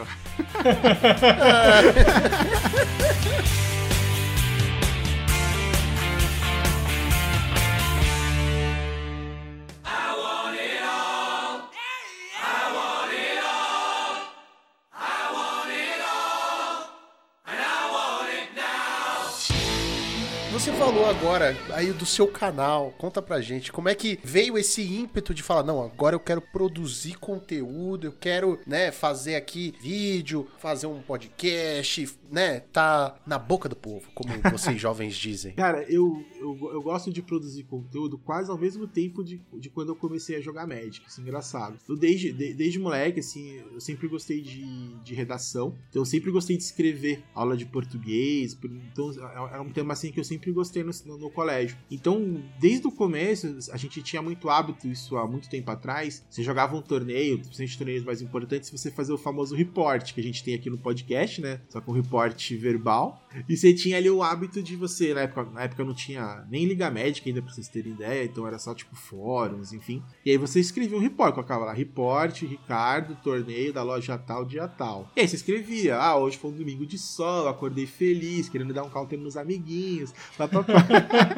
Você falou agora aí do seu canal, conta pra gente, como é que veio esse ímpeto de falar, não, agora eu quero produzir conteúdo, eu quero, né, fazer aqui vídeo, fazer um podcast, né, tá na boca do povo, como vocês jovens dizem. Cara, eu, eu, eu gosto de produzir conteúdo quase ao mesmo tempo de, de quando eu comecei a jogar Magic, isso é engraçado. Eu desde, de, desde moleque, assim, eu sempre gostei de, de redação, então eu sempre gostei de escrever aula de português, então era um tema assim que eu sempre gostei no, no, no colégio. Então, desde o começo, a gente tinha muito hábito, isso há muito tempo atrás, você jogava um torneio, principalmente torneios mais importantes, você fazia o famoso report, que a gente tem aqui no podcast, né, só com report verbal, e você tinha ali o hábito de você, na época, na época não tinha nem Liga Magic ainda, pra vocês terem ideia, então era só tipo fóruns, enfim, e aí você escrevia um report, colocava lá, report, Ricardo, torneio da loja tal, dia tal, e aí você escrevia, ah, hoje foi um domingo de sol, acordei feliz, querendo dar um counter nos amiguinhos, pá, pá, pá.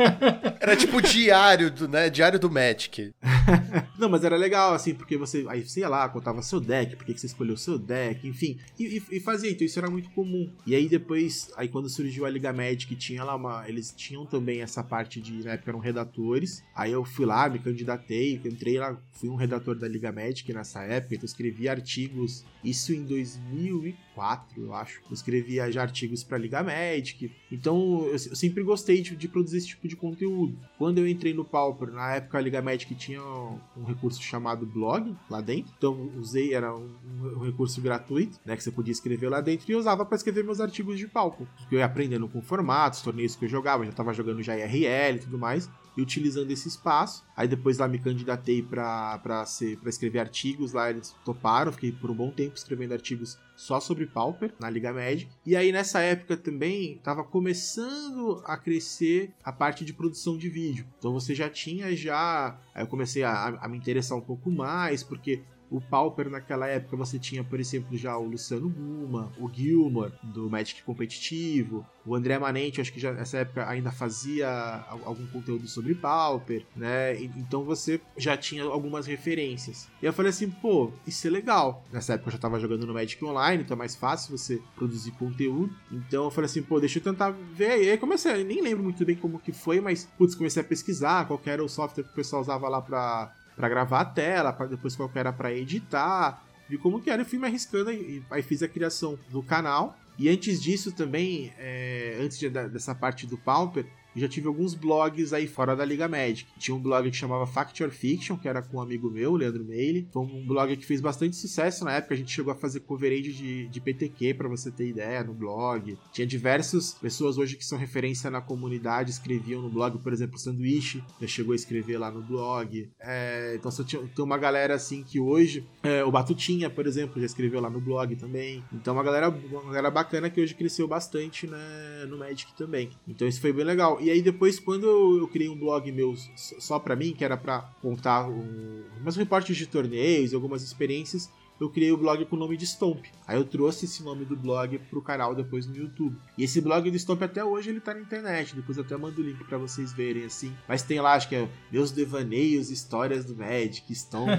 Era tipo diário do, né, diário do Magic. Não, mas era legal, assim, porque você, aí você ia lá, contava seu deck, por que você escolheu seu deck, enfim, e, e, e fazia, então isso era muito comum. E aí depois, aí quando surgiu a Liga Magic, tinha lá uma, eles tinham também essa parte de, na época eram redatores, aí eu fui lá, me candidatei, entrei lá, fui um redator da Liga Magic nessa época, então eu escrevi artigos, isso em dois mil e quatro, eu acho, eu escrevia já artigos pra Liga Magic, então eu, eu sempre gostei de, de produzir esse tipo de conteúdo. Quando eu entrei no Pauper, na época a Liga Magic tinha um, um recurso chamado blog lá dentro, então usei, era um, um recurso gratuito, né, que você podia escrever lá dentro, e eu usava para escrever meus artigos de Pauper, porque eu ia aprendendo com formatos, torneios que eu jogava, eu já tava jogando já I R L e tudo mais, e utilizando esse espaço. Aí depois lá me candidatei pra, pra, ser, pra escrever artigos, lá eles toparam, fiquei por um bom tempo escrevendo artigos só sobre Pauper na Liga Magic. E aí nessa época também tava começando a crescer a parte de produção de vídeo. Então você já tinha já... Aí eu comecei a, a me interessar um pouco mais, porque o Pauper naquela época você tinha, por exemplo, já o Luciano Guma, o Gilmore do Magic competitivo, o André Manente, acho que já nessa época ainda fazia algum conteúdo sobre Pauper, né? Então você já tinha algumas referências. E eu falei assim, pô, isso é legal. Nessa época eu já tava jogando no Magic Online, então é mais fácil você produzir conteúdo. Então eu falei assim, pô, deixa eu tentar ver. E aí comecei, eu nem lembro muito bem como que foi, mas putz, comecei a pesquisar qual que era o software que o pessoal usava lá pra para gravar a tela, pra depois qual que era para editar, vi como que era, e fui me arriscando, e aí fiz a criação do canal. E antes disso também, é, antes de, dessa parte do Pauper, eu já tive alguns blogs aí fora da Liga Magic. Tinha um blog que chamava Fact or Fiction, que era com um amigo meu, Leandro Meili. Foi um blog que fez bastante sucesso na época. A gente chegou a fazer coverage de, de P T Q, pra você ter ideia, no blog. Tinha diversas pessoas hoje que são referência na comunidade, escreviam no blog. Por exemplo, o Sanduíche já chegou a escrever lá no blog. É, então só tinha, tem uma galera assim que hoje... É, o Batutinha, por exemplo, já escreveu lá no blog também. Então uma galera, uma galera bacana que hoje cresceu bastante, né, no Magic também. Então isso foi bem legal. E aí depois, quando eu criei um blog meu só pra mim, que era pra contar um, umas reportes de torneios, algumas experiências, eu criei o blog com o nome de Stomp. Aí eu trouxe esse nome do blog pro canal depois no YouTube. E esse blog do Stomp até hoje ele tá na internet, depois eu até mando o link pra vocês verem assim. Mas tem lá, acho que é Meus Devaneios, Histórias do Magic, Stomp.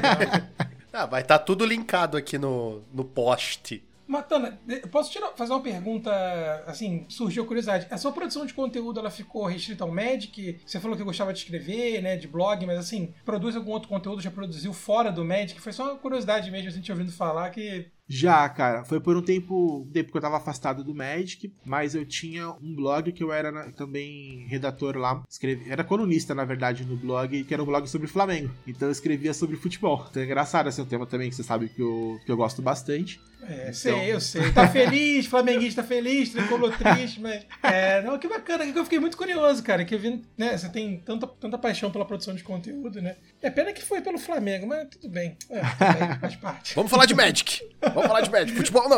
Ah, vai estar tá tudo linkado aqui no, no post. Matana, posso tirar, fazer uma pergunta, assim, surgiu curiosidade. A sua produção de conteúdo, ela ficou restrita ao Magic? Você falou que gostava de escrever, né, de blog, mas assim, produz algum outro conteúdo, já produziu fora do Magic? Foi só uma curiosidade mesmo, a gente ouvindo falar que... Já, cara, foi por um tempo, tempo que eu tava afastado do Magic, mas eu tinha um blog que eu era na, também redator lá, escrevi, era colunista, na verdade, no blog, que era um blog sobre Flamengo, então eu escrevia sobre futebol. Então é engraçado, esse é um tema também que você sabe que eu, que eu gosto bastante. É, então... sei, eu sei. Tá feliz, flamenguista feliz, tricolor triste, mas... É, não, que bacana, que eu fiquei muito curioso, cara, que eu vi, né, você tem tanta, tanta paixão pela produção de conteúdo, né? É pena que foi pelo Flamengo, mas tudo bem, é, tudo bem, faz parte. Vamos falar de Magic. Vamos falar de Magic. Futebol não.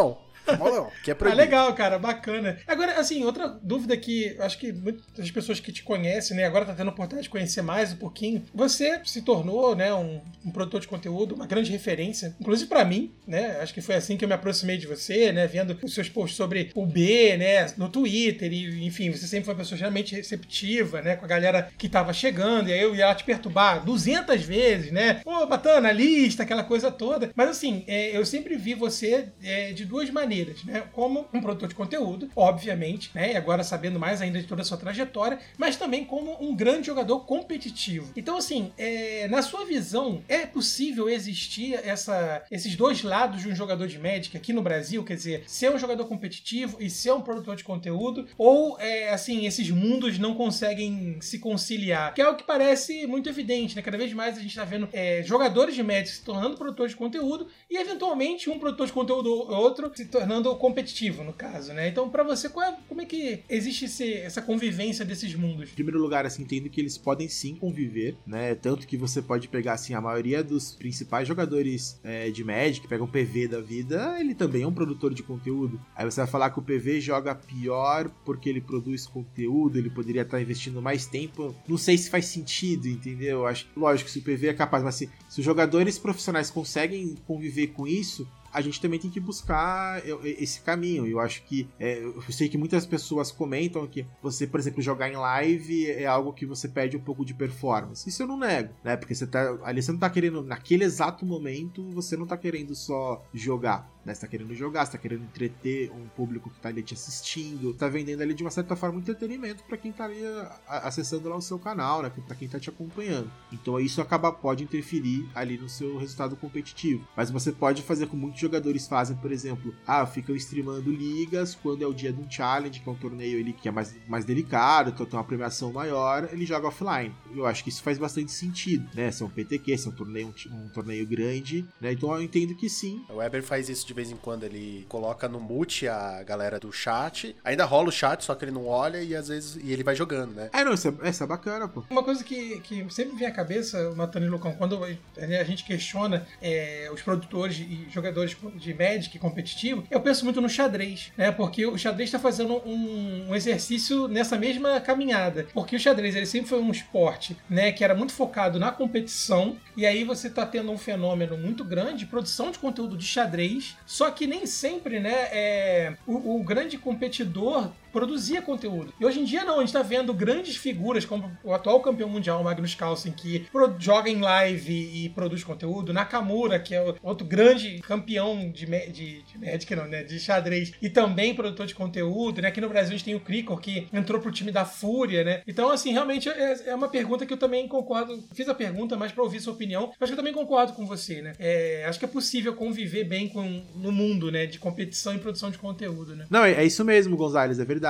Não, que é Ah, proibido. legal, cara, bacana. Agora, assim, outra dúvida que eu acho que muitas pessoas que te conhecem, né, agora tá tendo a oportunidade de conhecer mais um pouquinho. Você se tornou, né, um, um produtor de conteúdo, uma grande referência, inclusive pra mim, né? Acho que foi assim que eu me aproximei de você, né, vendo os seus posts sobre o B, né, no Twitter, e enfim, você sempre foi uma pessoa realmente receptiva, né, com a galera que tava chegando, e aí eu ia lá te perturbar duzentas vezes, né? Ô, Batana, lista, aquela coisa toda. Mas assim, é, eu sempre vi você é, de duas maneiras, né? Como um produtor de conteúdo, obviamente, né? E agora sabendo mais ainda de toda a sua trajetória, mas também como um grande jogador competitivo. Então, assim, é, na sua visão, é possível existir essa, esses dois lados de um jogador de Magic aqui no Brasil? Quer dizer, ser um jogador competitivo e ser um produtor de conteúdo? Ou, é, assim, esses mundos não conseguem se conciliar? Que é o que parece muito evidente, né? Cada vez mais a gente tá vendo é, jogadores de Magic se tornando produtores de conteúdo e, eventualmente, um produtor de conteúdo ou outro se tornando competitivo, no caso, né? Então, pra você, qual é, como é que existe esse, essa convivência desses mundos? Em primeiro lugar, assim, entendo que eles podem sim conviver, né? Tanto que você pode pegar, assim, a maioria dos principais jogadores é, de Magic, pega um P V da vida, ele também é um produtor de conteúdo. Aí você vai falar que o P V joga pior porque ele produz conteúdo, ele poderia estar investindo mais tempo. Não sei se faz sentido, entendeu? Acho, lógico, se o P V é capaz, mas assim, se os jogadores profissionais conseguem conviver com isso, a gente também tem que buscar esse caminho. Eu acho que, é, eu sei que muitas pessoas comentam que você, por exemplo, jogar em live é algo que você pede um pouco de performance. Isso eu não nego, né? Porque você tá, ali você não tá querendo, naquele exato momento, você não tá querendo só jogar, né? Você tá querendo jogar, você tá querendo entreter um público que tá ali te assistindo, tá vendendo ali de uma certa forma um entretenimento pra quem tá ali acessando lá o seu canal, né? Pra quem tá te acompanhando. Então isso acaba, pode interferir ali no seu resultado competitivo. Mas você pode fazer com muitos jogadores fazem, por exemplo, ah, ficam streamando ligas quando é o dia de um challenge, que é um torneio ele que é mais, mais delicado, então tem uma premiação maior, ele joga offline. Eu acho que isso faz bastante sentido, né? Se é um P T Q, se é um torneio, um, um torneio grande, né? Então eu entendo que sim. O Weber faz isso de vez em quando, ele coloca no mute a galera do chat, ainda rola o chat, só que ele não olha e às vezes e ele vai jogando, né? É, não, isso é, isso é bacana, pô. Uma coisa que, que sempre vem à cabeça, Matana e Lucão, quando a gente questiona é, os produtores e jogadores de Magic competitivo, eu penso muito no xadrez, né? Porque o xadrez está fazendo um, um exercício nessa mesma caminhada. Porque o xadrez ele sempre foi um esporte, né, que era muito focado na competição, e aí você está tendo um fenômeno muito grande de produção de conteúdo de xadrez, só que nem sempre, né, é, o, o grande competidor produzia conteúdo. E hoje em dia não, a gente tá vendo grandes figuras como o atual campeão mundial, Magnus Carlsen, que joga em live e produz conteúdo, Nakamura, que é outro grande campeão de, de, de Magic, não, né, de xadrez, e também produtor de conteúdo, né? Aqui no Brasil a gente tem o Krikor, que entrou pro time da Fúria, né? Então, assim, realmente é, é uma pergunta que eu também concordo, fiz a pergunta mais pra ouvir sua opinião, mas que eu também concordo com você, né? É, acho que é possível conviver bem com, no mundo, né, de competição e produção de conteúdo, né? Não, é, é isso mesmo, Gonzalez, é verdade.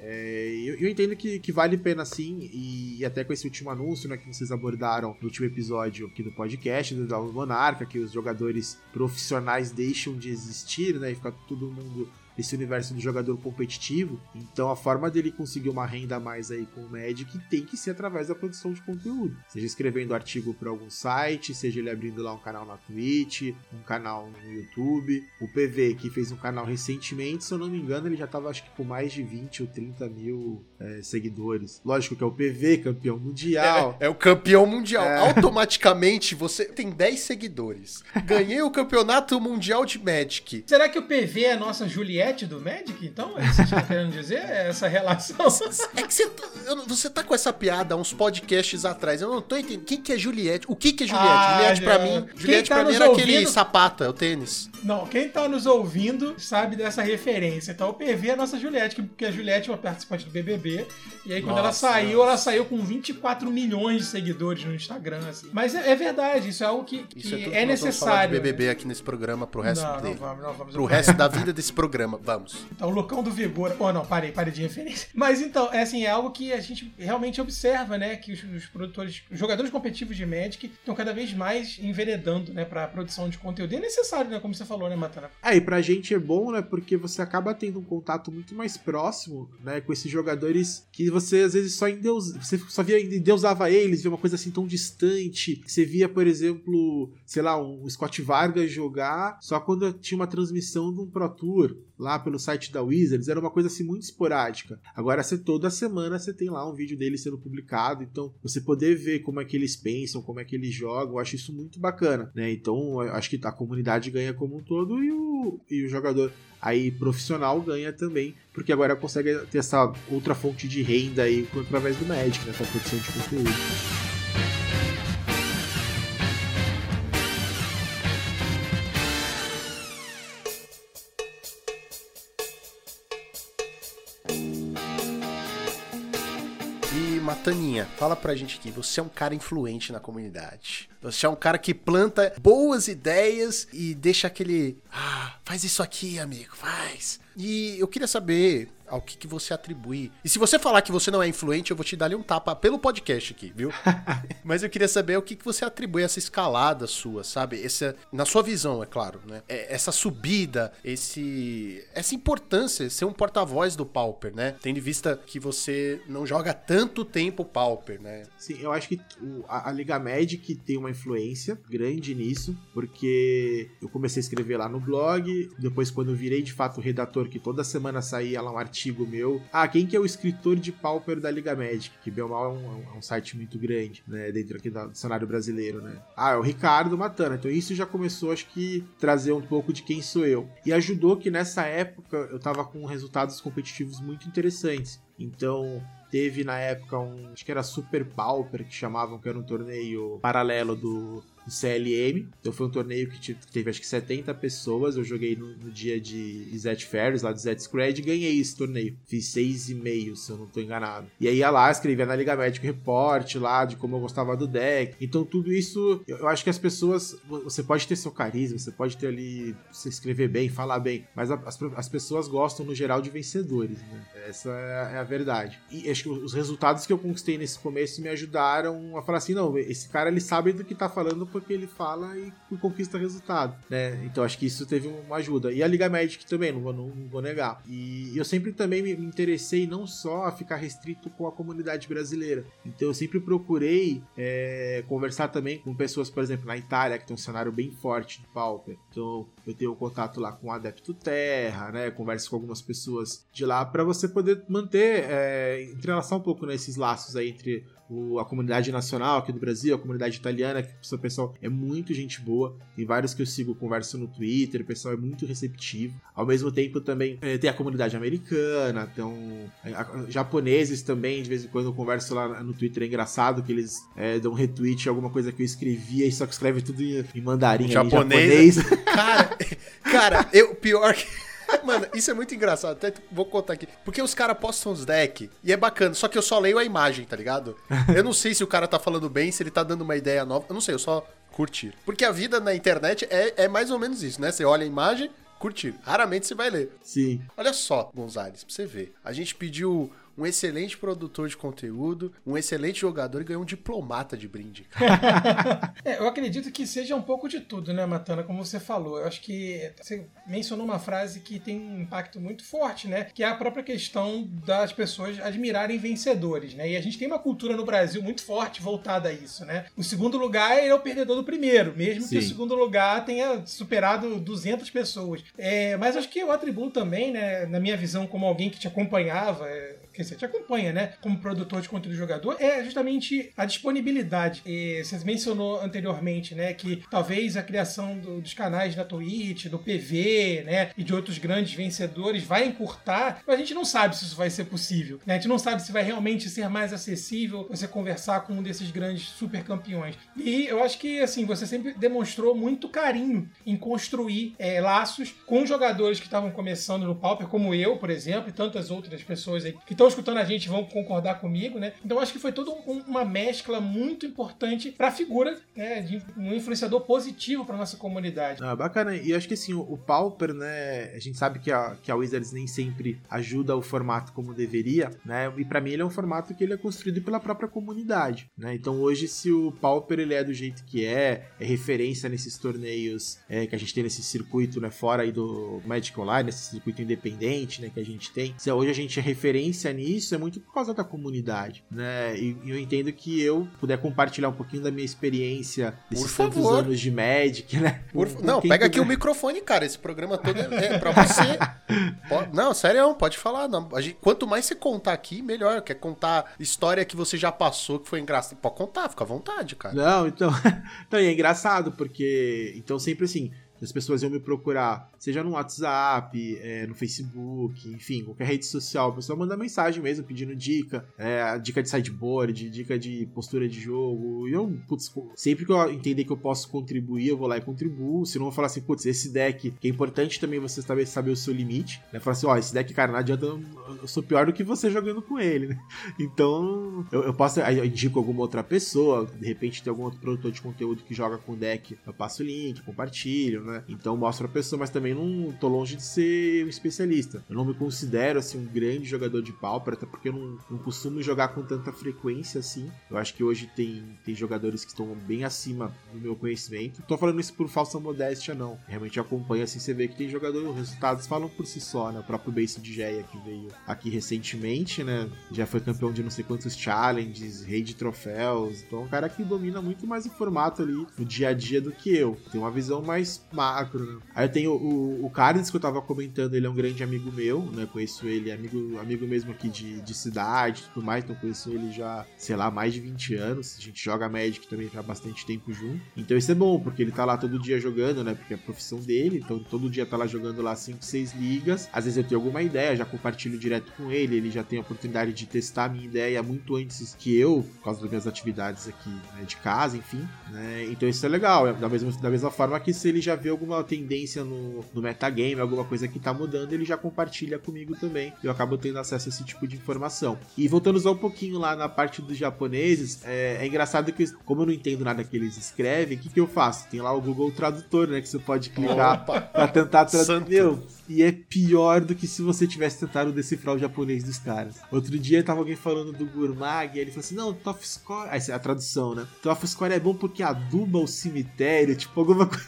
É, eu, eu entendo que, que vale a pena sim, e, e até com esse último anúncio, né, que vocês abordaram no último episódio aqui do podcast, do Down Monarca, que os jogadores profissionais deixam de existir, né, e fica todo mundo esse universo do jogador competitivo. Então a forma dele conseguir uma renda a mais aí com o Magic tem que ser através da produção de conteúdo, seja escrevendo artigo para algum site, seja ele abrindo lá um canal na Twitch, um canal no YouTube. O P V, que fez um canal recentemente, se eu não me engano, ele já tava acho que com mais de vinte ou trinta mil é, seguidores. Lógico que é o P V, campeão mundial. É, é o campeão mundial. É. Automaticamente você tem dez seguidores. Ganhei o campeonato mundial de Magic. Será que o P V é a nossa Juliette do Magic? Então, é isso que você está querendo dizer? É essa relação? É que você tá, eu não- você tá com essa piada há uns podcasts atrás. Eu não tô entendendo. Quem que é Juliette? O que que é Juliette? Ah, Juliette pra não. mim. Quem Juliette tá pra mim nos era aquele ouvindo- sapato, é o tênis. Não, quem tá nos ouvindo sabe dessa referência. Então o P V é a nossa Juliette, que- porque a Juliette é uma participante do B B B. E aí quando ela Nossa, saiu, nossa. ela saiu com vinte e quatro milhões de seguidores no Instagram, assim. Mas é, é verdade, isso é algo que, que Isso é, tudo é que nós vamos falar necessário. de B B B aqui nesse programa pro resto Não, não dele. vamos, não vamos. Pro resto da vida desse programa. Vamos. Então, o Lucão do Vigor. Oh, não, parei, parei de referência. Mas então, é assim, é algo que a gente realmente observa, né? Que os, os produtores, os jogadores competitivos de Magic estão cada vez mais enveredando, né, pra produção de conteúdo. E é necessário, né? Como você falou, né, Matana? Aí, pra gente é bom, né? Porque você acaba tendo um contato muito mais próximo, né? Com esses jogadores que você, às vezes, só endeus... você só via, endeusava eles, via uma coisa assim tão distante. Você via, por exemplo, sei lá, um Scott Vargas jogar só quando tinha uma transmissão de um Pro Tour lá pelo site da Wizards, era uma coisa assim muito esporádica. Agora, você, toda semana você tem lá um vídeo dele sendo publicado, então você poder ver como é que eles pensam, como é que eles jogam, eu acho isso muito bacana, né? Então, eu acho que a comunidade ganha como um todo e o, e o jogador aí profissional ganha também, porque agora consegue ter essa outra fonte de renda aí através do Magic, né? Com a produção de conteúdo. Mataninha, fala pra gente aqui, você é um cara influente na comunidade. Você é um cara que planta boas ideias e deixa aquele... Ah, faz isso aqui, amigo, faz. E eu queria saber ao que, que você atribui. E se você falar que você não é influente, eu vou te dar ali um tapa pelo podcast aqui, viu? Mas eu queria saber o que, que você atribui a essa escalada sua, sabe? Essa, na sua visão, é claro, né? Essa subida, esse, essa importância, ser um porta-voz do Pauper, né? Tendo em vista que você não joga tanto tempo Pauper, né? Sim, eu acho que o, a, a Liga Magic tem uma influência grande nisso, porque eu comecei a escrever lá no blog, depois quando eu virei de fato redator, que toda semana saía lá um artigo meu, ah, quem que é o escritor de Pauper da Liga Magic? Que bem ou mal é um, é um site muito grande, né, dentro aqui do cenário brasileiro, né? Ah, é o Ricardo Matana. Então isso já começou, acho que, trazer um pouco de quem sou eu. E ajudou que nessa época eu tava com resultados competitivos muito interessantes. Então... Teve na época um, acho que era Super Pauper, que chamavam, que era um torneio paralelo do, do C L M. Então foi um torneio que teve acho que setenta pessoas. Eu joguei no, no dia de Zet Fairs, lá do Zet Scred, e ganhei esse torneio. Fiz seis e meio, se eu não tô enganado. E aí ia lá, escrevia na Liga Magic Report lá, de como eu gostava do deck. Então tudo isso, eu acho que as pessoas, você pode ter seu carisma, você pode ter ali, você escrever bem, falar bem, mas as, as pessoas gostam no geral de vencedores, né? Essa é a verdade. E acho que os resultados que eu conquistei nesse começo me ajudaram a falar assim, não, esse cara ele sabe do que tá falando porque ele fala e conquista resultado, né? Então acho que isso teve uma ajuda. E a Liga Magic também, não vou, não, não vou negar. E eu sempre também me, me interessei não só a ficar restrito com a comunidade brasileira. Então eu sempre procurei é, conversar também com pessoas, por exemplo, na Itália, que tem um cenário bem forte de Pauper. Então eu tenho contato lá com o Adepto Terra, né? Converso com algumas pessoas de lá para você poder manter, é, entrelaçar um pouco nesses, né, laços aí entre o, a comunidade nacional aqui do Brasil, a comunidade italiana, que o pessoal é muito gente boa. Tem vários que eu sigo, converso no Twitter, o pessoal é muito receptivo. Ao mesmo tempo também é, tem a comunidade americana, então é, a, japoneses também, de vez em quando eu converso lá no Twitter, é engraçado que eles é, dão retweet alguma coisa que eu escrevia e só que escreve tudo em, em mandarim, japonês. Em japonês. Cara, cara, eu, pior que... Mano, isso é muito engraçado, até vou contar aqui. Porque os caras postam os decks e é bacana, só que eu só leio a imagem, tá ligado? Eu não sei se o cara tá falando bem, se ele tá dando uma ideia nova, eu não sei, eu só curtir. Porque a vida na internet é, é mais ou menos isso, né? Você olha a imagem, curtir. Raramente você vai ler. Sim. Olha só, Gonzalez, pra você ver. A gente pediu um excelente produtor de conteúdo, um excelente jogador e ganhou um diplomata de brinde. É, eu acredito que seja um pouco de tudo, né, Matana? Como você falou. Eu acho que você mencionou uma frase que tem um impacto muito forte, né? Que é a própria questão das pessoas admirarem vencedores, né? E a gente tem uma cultura no Brasil muito forte voltada a isso, né? O segundo lugar é o perdedor do primeiro, mesmo Sim. que o segundo lugar tenha superado duzentas pessoas. É, mas acho que eu atribuo também, né, na minha visão como alguém que te acompanhava, é, que você te acompanha, né, como produtor de conteúdo de jogador, é justamente a disponibilidade. E você mencionou anteriormente, né, que talvez a criação do, dos canais da Twitch, do P V, né, e de outros grandes vencedores vai encurtar, mas a gente não sabe se isso vai ser possível, né? A gente não sabe se vai realmente ser mais acessível você conversar com um desses grandes super campeões. E eu acho que, assim, você sempre demonstrou muito carinho em construir é, laços com jogadores que estavam começando no Pauper, como eu, por exemplo, e tantas outras pessoas aí que estão escutando a gente vão concordar comigo, né? Então acho que foi toda um, uma mescla muito importante para a figura, né, de um influenciador positivo para nossa comunidade. Ah, bacana. E acho que assim, o, o Pauper, né, a gente sabe que a, que a Wizards nem sempre ajuda o formato como deveria, né? E para mim ele é um formato que ele é construído pela própria comunidade, né? Então hoje, se o Pauper ele é do jeito que é, é referência nesses torneios é, que a gente tem nesse circuito, né, fora aí do Magic Online, nesse circuito independente, né, que a gente tem. Se hoje a gente é referência nisso é muito por causa da comunidade, né? E, e eu entendo que eu puder compartilhar um pouquinho da minha experiência desses tantos anos de Magic, né? Por... Não, pega puder. Aqui o microfone, cara. Esse programa todo é, é pra você. Pode... Não, sério, pode falar. Não. Gente... Quanto mais você contar aqui, melhor. Quer contar história que você já passou, que foi engraçado? Pode contar, fica à vontade, cara. Não, então... então é engraçado, porque... Então sempre assim... As pessoas iam me procurar, seja no WhatsApp, é, no Facebook, enfim, qualquer rede social. A pessoa manda mensagem mesmo, pedindo dica, é, dica de sideboard, dica de postura de jogo. E eu, putz, sempre que eu entender que eu posso contribuir, eu vou lá e contribuo. Senão eu vou falar assim, putz, esse deck, que é importante também você saber, saber o seu limite. Né? Falar assim, ó, esse deck, cara, não adianta, eu sou pior do que você jogando com ele, né? Então, eu, eu posso, eu indico alguma outra pessoa, de repente tem algum outro produtor de conteúdo que joga com o deck, eu passo o link, compartilho, né? Então mostro a pessoa, mas também não tô longe de ser um especialista. Eu não me considero assim um grande jogador de Pauper, até porque eu não, não costumo jogar com tanta frequência assim. Eu acho que hoje tem, tem jogadores que estão bem acima do meu conhecimento. Não tô falando isso por falsa modéstia, não. Realmente eu acompanho assim, você vê que tem jogador, os resultados falam por si só, né? O próprio Base de Geia que veio aqui recentemente, né? Já foi campeão de não sei quantos challenges, rei de troféus. Então é um cara que domina muito mais o formato ali no dia a dia do que eu. Tem uma visão mais macro, né? Aí eu tenho o, o Carlos, que eu tava comentando, ele é um grande amigo meu, né? Conheço ele, amigo, amigo mesmo aqui de, de cidade e tudo mais, então conheço ele já, sei lá, mais de vinte anos. A gente joga Magic também há bastante tempo junto. Então isso é bom, porque ele tá lá todo dia jogando, né? Porque é a profissão dele, então todo dia tá lá jogando lá cinco, seis ligas. Às vezes eu tenho alguma ideia, já compartilho direto com ele, ele já tem a oportunidade de testar a minha ideia muito antes que eu, por causa das minhas atividades aqui, né, de casa, enfim, né? Então isso é legal, da mesma, da mesma forma que se ele já vê alguma tendência no, no metagame, alguma coisa que tá mudando, ele já compartilha comigo também. Eu acabo tendo acesso a esse tipo de informação. E voltando só um pouquinho lá na parte dos japoneses, é, é engraçado que, como eu não entendo nada que eles escrevem, o que, que eu faço? Tem lá o Google Tradutor, né? Que você pode clicar Opa. pra tentar traduzir. Meu, e é pior do que se você tivesse tentado decifrar o japonês dos caras. Outro dia tava alguém falando do Gurmag, e ele falou assim, não, Top Score... Aí a tradução, né? Top Score é bom porque aduba o cemitério, tipo alguma coisa...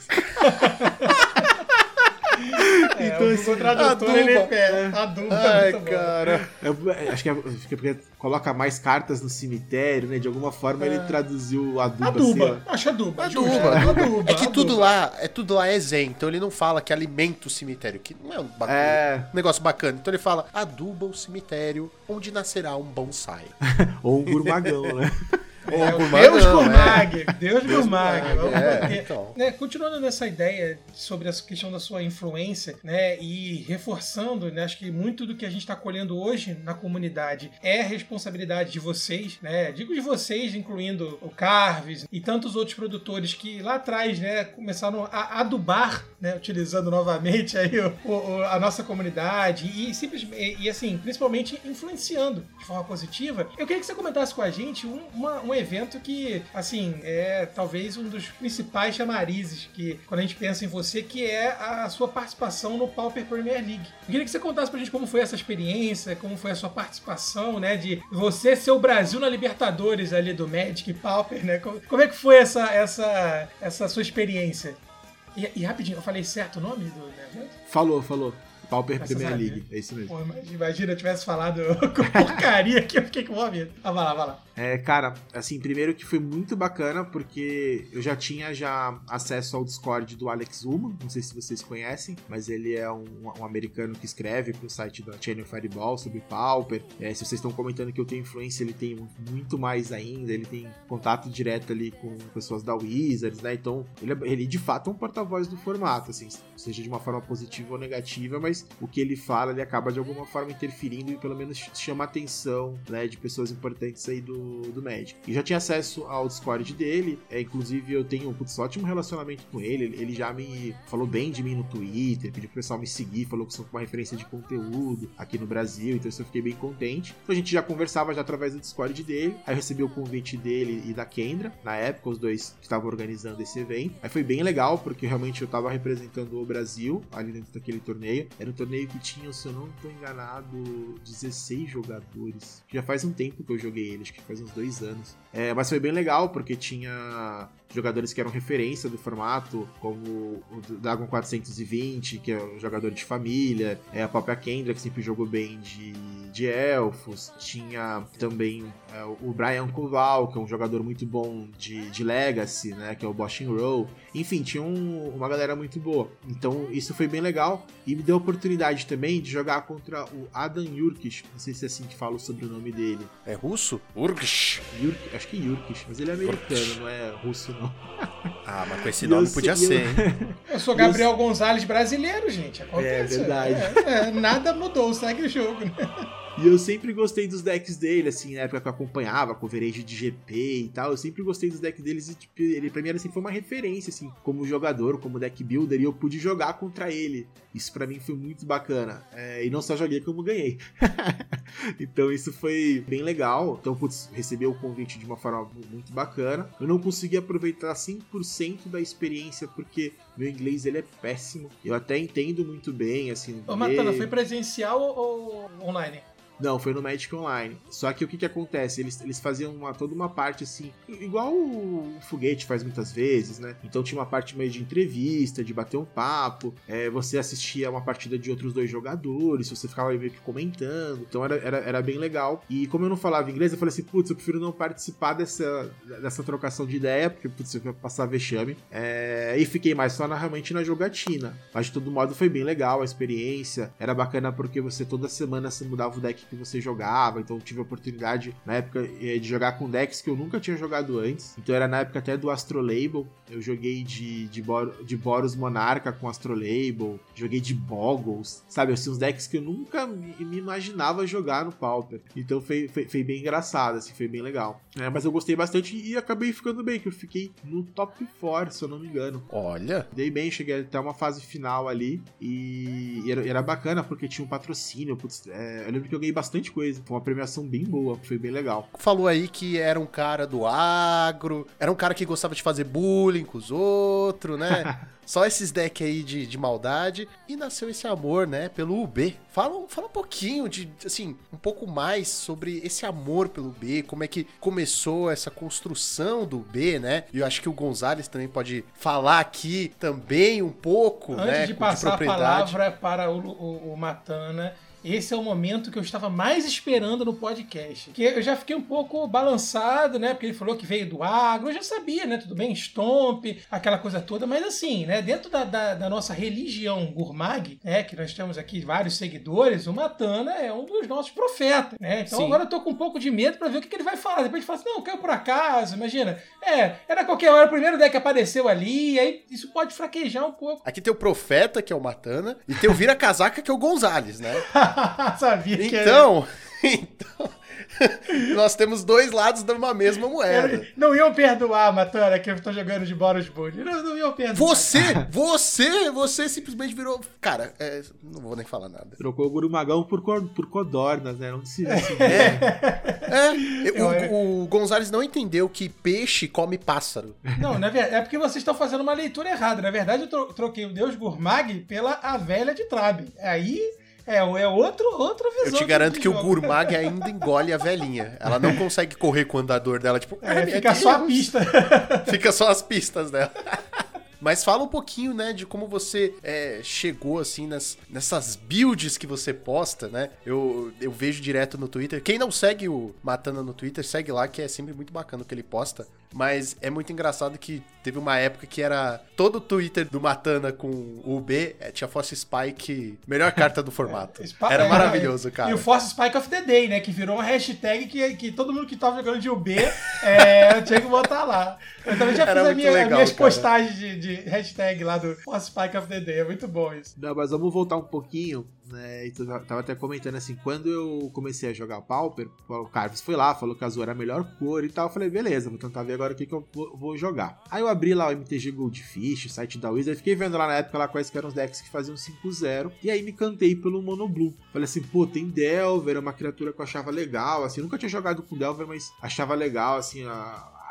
É, então, o assim, tradutor ele é aduba. Ai, cara. Eu, acho que é porque coloca mais cartas no cemitério, né? De alguma forma é. ele traduziu aduba. Aduba, assim, acho aduba. Aduba. aduba. É que aduba. tudo lá é tudo lá é zen, então ele não fala que alimenta o cemitério, que não é um, bacana, é um negócio bacana. Então ele fala, aduba o cemitério onde nascerá um bonsai. Ou um gurmagão, né? É, Deus Gurmag, é. Deus Gurmag. É, então. né, continuando nessa ideia sobre essa questão da sua influência, né, e reforçando, né, acho que muito do que a gente está colhendo hoje na comunidade é responsabilidade de vocês, né, digo de vocês, incluindo o Carves e tantos outros produtores que lá atrás, né, começaram a adubar, né, utilizando novamente aí o, o, a nossa comunidade e simplesmente, e assim, principalmente influenciando de forma positiva. Eu queria que você comentasse com a gente um, uma, um evento que, assim, é talvez um dos principais chamarizes que, quando a gente pensa em você, que é a sua participação no Pauper Premier League. Eu queria que você contasse pra gente como foi essa experiência, como foi a sua participação, né, de você ser o Brasil na Libertadores ali do Magic Pauper, né, como, como é que foi essa, essa, essa sua experiência? E, e rapidinho, eu falei certo o nome do evento? Falou, falou. Pauper Premier League, é isso mesmo. Pô, imagina eu tivesse falado com porcaria que eu fiquei com o medo. Ah, vai lá, vai lá. É, cara, assim, primeiro que foi muito bacana, porque eu já tinha já acesso ao Discord do Alex Uma, não sei se vocês conhecem, mas ele é um, um americano que escreve pro site da Channel Fireball sobre Pauper. É, se vocês estão comentando que eu tenho influência, ele tem muito mais ainda, ele tem contato direto ali com pessoas da Wizards, né? Então, ele, ele de fato é um porta-voz do formato, assim, seja de uma forma positiva ou negativa, mas o que ele fala, ele acaba de alguma forma interferindo e pelo menos chama a atenção, né, de pessoas importantes aí do do Magic. E já tinha acesso ao Discord dele, é, inclusive eu tenho um putz, ótimo relacionamento com ele, ele já me falou bem de mim no Twitter, pediu pro pessoal me seguir, falou que sou uma referência de conteúdo aqui no Brasil, então isso eu fiquei bem contente. Então a gente já conversava já através do Discord dele, aí eu recebi o convite dele e da Kendra, na época, os dois que estavam organizando esse evento. Aí foi bem legal, porque realmente eu tava representando o Brasil ali dentro daquele torneio. Era um torneio que tinha, se eu não tô enganado, dezesseis jogadores. Já faz um tempo que eu joguei ele, acho que faz uns dois anos. É, mas foi bem legal, porque tinha jogadores que eram referência do formato, como o Dragon quatrocentos e vinte, que é um jogador de família, é a própria Kendra, que sempre jogou bem de, de elfos, tinha também é, o Brian Koval, que é um jogador muito bom de, de Legacy, né, que é o Bosch Roll. Enfim, tinha um, uma galera muito boa. Então isso foi bem legal e me deu a oportunidade também de jogar contra o Adam Jurkic, não sei se é assim que fala o sobrenome dele. É russo? Urkish. Jurk, acho que Jurkic, mas ele é americano, Urkish. Não é russo não. Ah, mas com esse nome podia eu, ser, hein? Eu sou Gabriel eu... Gonzalez brasileiro, gente. Acontece. É verdade. É, é, nada mudou, segue o jogo, né? E eu sempre gostei dos decks dele, assim, na época que eu acompanhava, coverage de G P e tal, eu sempre gostei dos decks deles e, tipo, ele pra mim era, assim, foi uma referência, assim, como jogador, como deck builder, e eu pude jogar contra ele. Isso pra mim foi muito bacana. É, e não só joguei, como ganhei. Então isso foi bem legal. Então, putz, recebi o convite de uma forma muito bacana. Eu não consegui aproveitar cem por cento da experiência, porque meu inglês, ele é péssimo. Eu até entendo muito bem, assim... Ô, Matana, foi presencial ou online? Não, foi no Magic Online. Só que o que que acontece? Eles, eles faziam uma, toda uma parte assim, igual o Foguete faz muitas vezes, né? Então tinha uma parte meio de entrevista, de bater um papo, é, você assistia uma partida de outros dois jogadores, você ficava meio que comentando, então era, era, era bem legal. E como eu não falava inglês, eu falei assim, putz, eu prefiro não participar dessa, dessa trocação de ideia, porque, putz, eu ia passar vexame. É, e fiquei mais só na, realmente na jogatina. Mas de todo modo foi bem legal a experiência, era bacana porque você toda semana você mudava o deck que você jogava, então eu tive a oportunidade na época de jogar com decks que eu nunca tinha jogado antes, então era na época até do Astrolabel, eu joguei de, de, Bor de Boros Monarca com Astrolabel, joguei de Boggles, sabe, assim, uns decks que eu nunca me, me imaginava jogar no Pauper, então foi, foi, foi bem engraçado, assim, foi bem legal, é, mas eu gostei bastante e acabei ficando bem, que eu fiquei no top quatro, se eu não me engano. Olha! Dei bem, cheguei até uma fase final ali e era, era bacana porque tinha um patrocínio, putz, é, eu lembro que eu ganhei bastante coisa. Foi uma premiação bem boa, foi bem legal. Falou aí que era um cara do agro, era um cara que gostava de fazer bullying com os outros, né? Só esses decks aí de, de maldade. E nasceu esse amor, né, pelo U B. Fala, fala um pouquinho, de, assim, um pouco mais sobre esse amor pelo U B, como é que começou essa construção do U B, né? E eu acho que o Gonzalez também pode falar aqui também um pouco, Antes né? de passar de a palavra para o, o, o Matana... Esse é o momento que eu estava mais esperando no podcast. Que eu já fiquei um pouco balançado, né? Porque ele falou que veio do agro. Eu já sabia, né? Tudo bem, Stomp, aquela coisa toda. Mas assim, né? Dentro da, da, da nossa religião Gurmag, né? Que nós temos aqui vários seguidores, o Matana é um dos nossos profetas, né? Então Sim. Agora eu tô com um pouco de medo para ver o que, que ele vai falar. Depois ele fala assim, não, caiu por acaso, imagina. É, era qualquer hora, o primeiro deck apareceu ali, aí isso pode fraquejar um pouco. Aqui tem o profeta, que é o Matana, e tem o vira-casaca, que é o Gonzalez, né? Sabia que então, era. Então, nós temos dois lados de uma mesma moeda. Não iam perdoar, Matana, que eu tô jogando de Boros Bully. Não, não iam perdoar. Você, você, você simplesmente virou... Cara, é, não vou nem falar nada. Trocou o Gurumagão por, por Codornas, né? Não se assim, é. é. O, o Gonzalez não entendeu que peixe come pássaro. Não, na verdade, é porque vocês estão fazendo uma leitura errada. Na verdade, eu troquei o Deus Gurmag pela a velha de Trabe. Aí... É, é outro, outra visão. Eu te garanto que jogo. O Gurmag ainda engole a velhinha. Ela não consegue correr com o andador dela. Tipo, é, fica Deus. Só a pista. Fica só as pistas dela. Mas fala um pouquinho, né, de como você é, chegou, assim, nas, nessas builds que você posta, né? Eu, eu vejo direto no Twitter. Quem não segue o Matana no Twitter, segue lá, que é sempre muito bacana o que ele posta. Mas é muito engraçado que teve uma época que era todo o Twitter do Matana com o U B, é, tinha Force Spike, melhor carta do formato. Era maravilhoso, cara. E o Force Spike of the Day, né? Que virou uma hashtag que, que todo mundo que tava jogando de U B é, tinha que botar lá. Eu também já fiz a minha, legal, as minhas cara. postagens de, de hashtag lá do Force Spike of the Day. É muito bom isso. Não, mas vamos voltar um pouquinho, né? Eu tava até comentando assim, quando eu comecei a jogar Pauper, o Carlos foi lá, falou que azul era a melhor cor e tal. Eu falei, beleza, vou tentar ver agora o que, que eu vou, vou jogar. Aí eu abri lá o M T G Goldfish, o site da Wizard, fiquei vendo lá na época lá quais que eram os decks que faziam cinco zero, e aí me cantei pelo Mono Blue. Falei assim, pô, tem Delver, é uma criatura que eu achava legal, assim, eu nunca tinha jogado com Delver, mas achava legal, assim, a...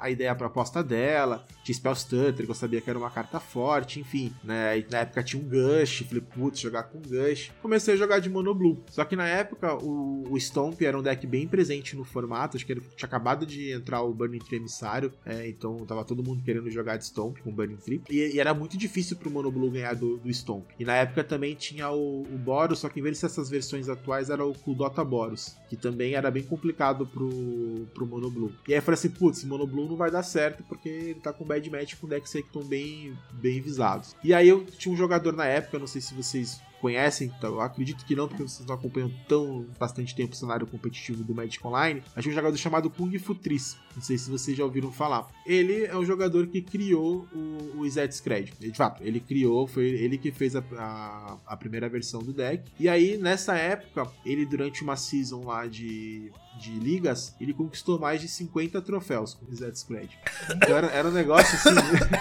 a ideia, a proposta dela, tinha Spell Stutter, que eu sabia que era uma carta forte, enfim, né, e na época tinha um Gush, falei, putz, jogar com Gush. Comecei a jogar de Mono Blue, só que na época o, o Stomp era um deck bem presente no formato, acho que ele tinha acabado de entrar o Burning Tree Emissário, é, então tava todo mundo querendo jogar de Stomp com Burning Tree, e, e era muito difícil pro Mono Blue ganhar do, do Stomp. E na época também tinha o, o Boros, só que em vez de ser essas versões atuais, era o Kuldota Boros, que também era bem complicado pro, pro Mono Blue. E aí eu falei assim, putz, Mono Blue não vai dar certo, porque ele tá com bad match com decks aí que estão bem, bem visados. E aí eu tinha um jogador na época, não sei se vocês conhecem, então eu acredito que não, porque vocês não acompanham tão bastante tempo o cenário competitivo do Magic Online. Achei um jogador chamado Kung Fu Tris, não sei se vocês já ouviram falar. Ele é um jogador que criou o, o Zed Scred. De fato, ele criou, foi ele que fez a, a, a primeira versão do deck. E aí, nessa época, ele durante uma season lá de, de ligas, ele conquistou mais de cinquenta troféus com o Zed Scred. Então era, era um negócio assim...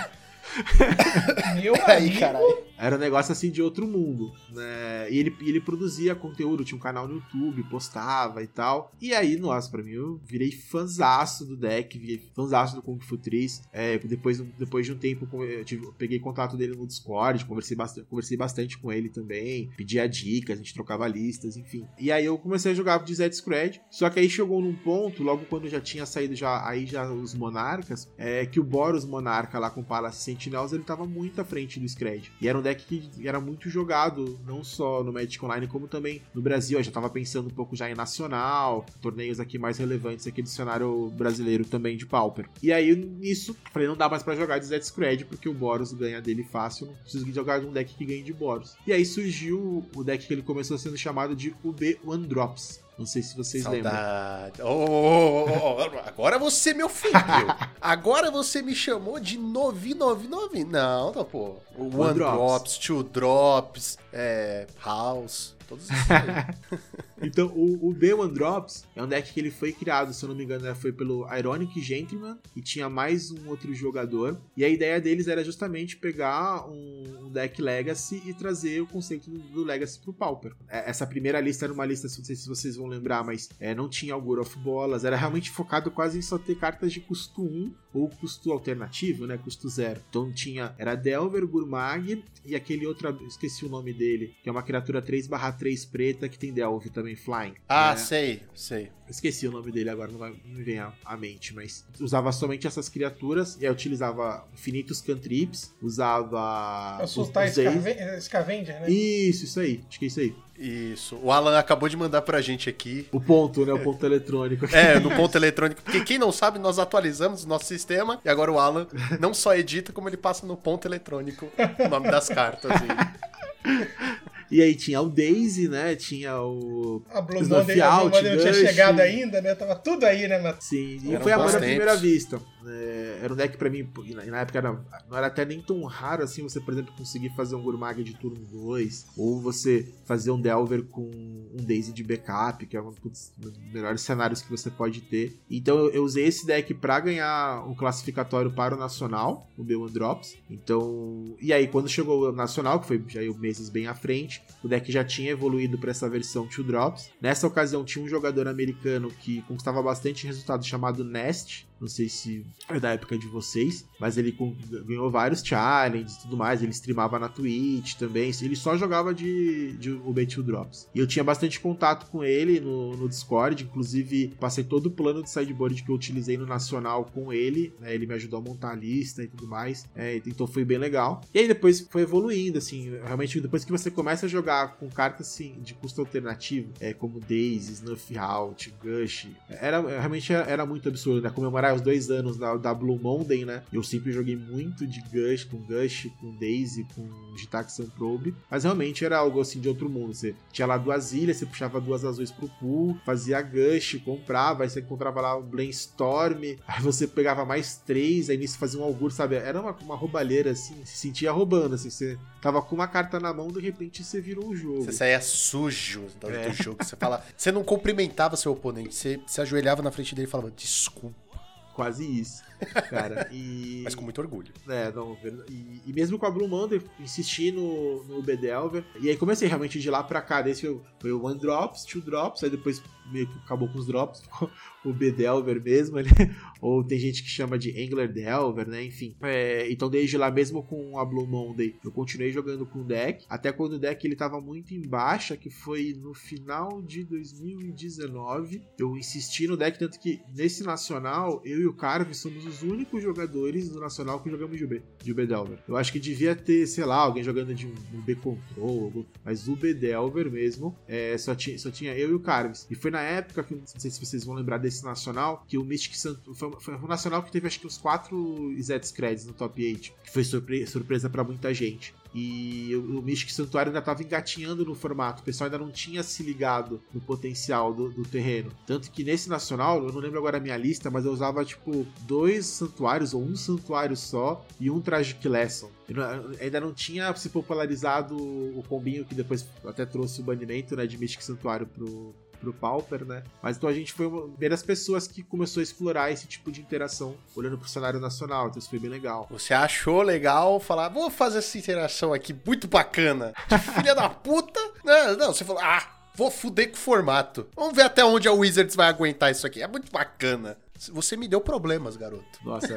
Meu aí, amigo. caralho. Era um negócio assim de outro mundo, né? E ele, ele produzia conteúdo, tinha um canal no YouTube, postava e tal. E aí, nossa, pra mim, eu virei fanzaço do deck, virei fanzaço do Kung Fu Tris. É, depois, depois de um tempo, eu, tive, eu peguei contato dele no Discord, conversei bastante, conversei bastante com ele também, pedia dicas, a gente trocava listas, enfim. E aí eu comecei a jogar de Zed Scred, só que aí chegou num ponto, logo quando já tinha saído já, aí já os Monarcas, é, que o Boros Monarca lá com Palace Sentinels, ele tava muito à frente do Scred. E era um deck que era muito jogado, não só no Magic Online, como também no Brasil. Eu já tava pensando um pouco já em nacional, torneios aqui mais relevantes aqui do cenário brasileiro também de Pauper. E aí, nisso, falei, não dá mais pra jogar de Zed Scred, porque o Boros ganha dele fácil, não preciso jogar de um deck que ganhe de Boros. E aí surgiu o deck que ele começou sendo chamado de U B One Drops. Não sei se vocês Saudade. lembram. Oh, oh, oh, oh, agora você me ofendeu. Agora você me chamou de nove nove nove. Não, tá, pô. One, One drops. drops, Two Drops, é, House, todos esses aí. Então, o, o B One Drops é um deck que ele foi criado, se eu não me engano, foi pelo Ironic Gentleman e tinha mais um outro jogador. E a ideia deles era justamente pegar um, um deck Legacy e trazer o conceito do, do Legacy pro Pauper. Essa primeira lista era uma lista, não sei se vocês vão lembrar, mas é, não tinha Augur of Bolas, era realmente focado quase em só ter cartas de custo um ou custo alternativo, né, custo zero. Então tinha, era Delver, Gurmag e aquele outro, esqueci o nome dele, que é uma criatura três barra três preta que tem Delve também. Flying. Ah, né? sei, sei. Esqueci o nome dele agora, não, vai, não me vem à, à mente, mas usava somente essas criaturas e aí utilizava infinitos cantrips, usava... Eu soltar Scavenger, né? Isso, isso aí, acho que é isso aí. Isso. O Alan acabou de mandar pra gente aqui. O ponto, né? O ponto eletrônico. É, no ponto eletrônico. Porque quem não sabe, nós atualizamos o nosso sistema e agora o Alan não só edita, como ele passa no ponto eletrônico o nome das cartas. E... E aí tinha o Daisy, né? Tinha o... A Blue Monday não tinha chegado ainda, né? Tava tudo aí, né, Matheus? Sim, e foi amor à primeira vista. É, era um deck pra mim, na época era, não era até nem tão raro assim você, por exemplo, conseguir fazer um Gurmag de turno dois, ou você fazer um Delver com um Daisy de backup, que é um dos melhores cenários que você pode ter. Então eu, eu usei esse deck pra ganhar um classificatório para o Nacional, o B One Drops. Então, e aí quando chegou o Nacional, que foi já meses bem à frente, o deck já tinha evoluído para essa versão Two Drops. Nessa ocasião tinha um jogador americano que conquistava bastante resultado chamado Nest. Não sei se é da época de vocês, mas ele ganhou vários challenges e tudo mais. Ele streamava na Twitch também. Ele só jogava de, de U B Two Drops. E eu tinha bastante contato com ele no, no Discord. Inclusive, passei todo o plano de sideboard que eu utilizei no Nacional com ele. Né? Ele me ajudou a montar a lista e tudo mais. É, então foi bem legal. E aí depois foi evoluindo, assim. Realmente, depois que você começa a jogar com cartas assim, de custo alternativo, é, como Daisy, Snuff Out, Gush, era, realmente era, era muito absurdo, né? Comemorar os dois anos da, da Blue Monday, né? Eu sempre joguei muito de Gush, com Gush, com Daisy, com Gitaxian Probe, mas realmente era algo assim de outro mundo. Você tinha lá duas ilhas, você puxava duas azuis pro pool, fazia Gush, comprava, aí você encontrava lá um Brainstorm, aí você pegava mais três, aí nisso fazia um Augur, sabe? Era uma, uma roubalheira, assim, se sentia roubando, assim, você tava com uma carta na mão, de repente você virou o jogo. Você saía sujo do, é. do jogo, você fala, você não cumprimentava seu oponente, você se ajoelhava na frente dele e falava, desculpa. Quase isso, cara. E... Mas com muito orgulho. É, não, e, e mesmo com a Blue Monday, insisti no, no B Delver. E aí comecei realmente de lá pra cá. Desse foi o One Drops, Two Drops, aí depois meio que acabou com os drops, o B-Delver mesmo, ele, ou tem gente que chama de Angler Delver, né, enfim. É, então desde lá, mesmo com a Blue Monday, eu continuei jogando com o deck, até quando o deck ele tava muito em baixa, que foi no final de dois mil e dezenove, eu insisti no deck, tanto que nesse Nacional, eu e o Carve somos os únicos jogadores do Nacional que jogamos de U B, de U B-Delver. Eu acho que devia ter, sei lá, alguém jogando de um, um B-Control, mas o B-Delver mesmo, é, só, tinha, só tinha eu e o Carves. E foi na época, que não sei se vocês vão lembrar desse Nacional, que o Mystic Santuário, foi, foi um Nacional que teve acho que uns quatro Zed-Screds no top oito, que foi surpre surpresa pra muita gente. E o, o Mystic Santuário ainda estava engatinhando no formato, o pessoal ainda não tinha se ligado no potencial do, do terreno. Tanto que nesse Nacional, eu não lembro agora a minha lista, mas eu usava tipo dois santuários ou um santuário só e um Tragic Lesson. Eu não, ainda não tinha se popularizado o combinho que depois até trouxe o banimento, né, de Mystic Santuário pro, pro Pauper, né? Mas então a gente foi uma das pessoas que começou a explorar esse tipo de interação, olhando pro cenário nacional, então isso foi bem legal. Você achou legal falar, vou fazer essa interação aqui muito bacana, de filha da puta? Não, não, você falou, ah, vou fuder com o formato. Vamos ver até onde a Wizards vai aguentar isso aqui, é muito bacana. Você me deu problemas, garoto. Nossa,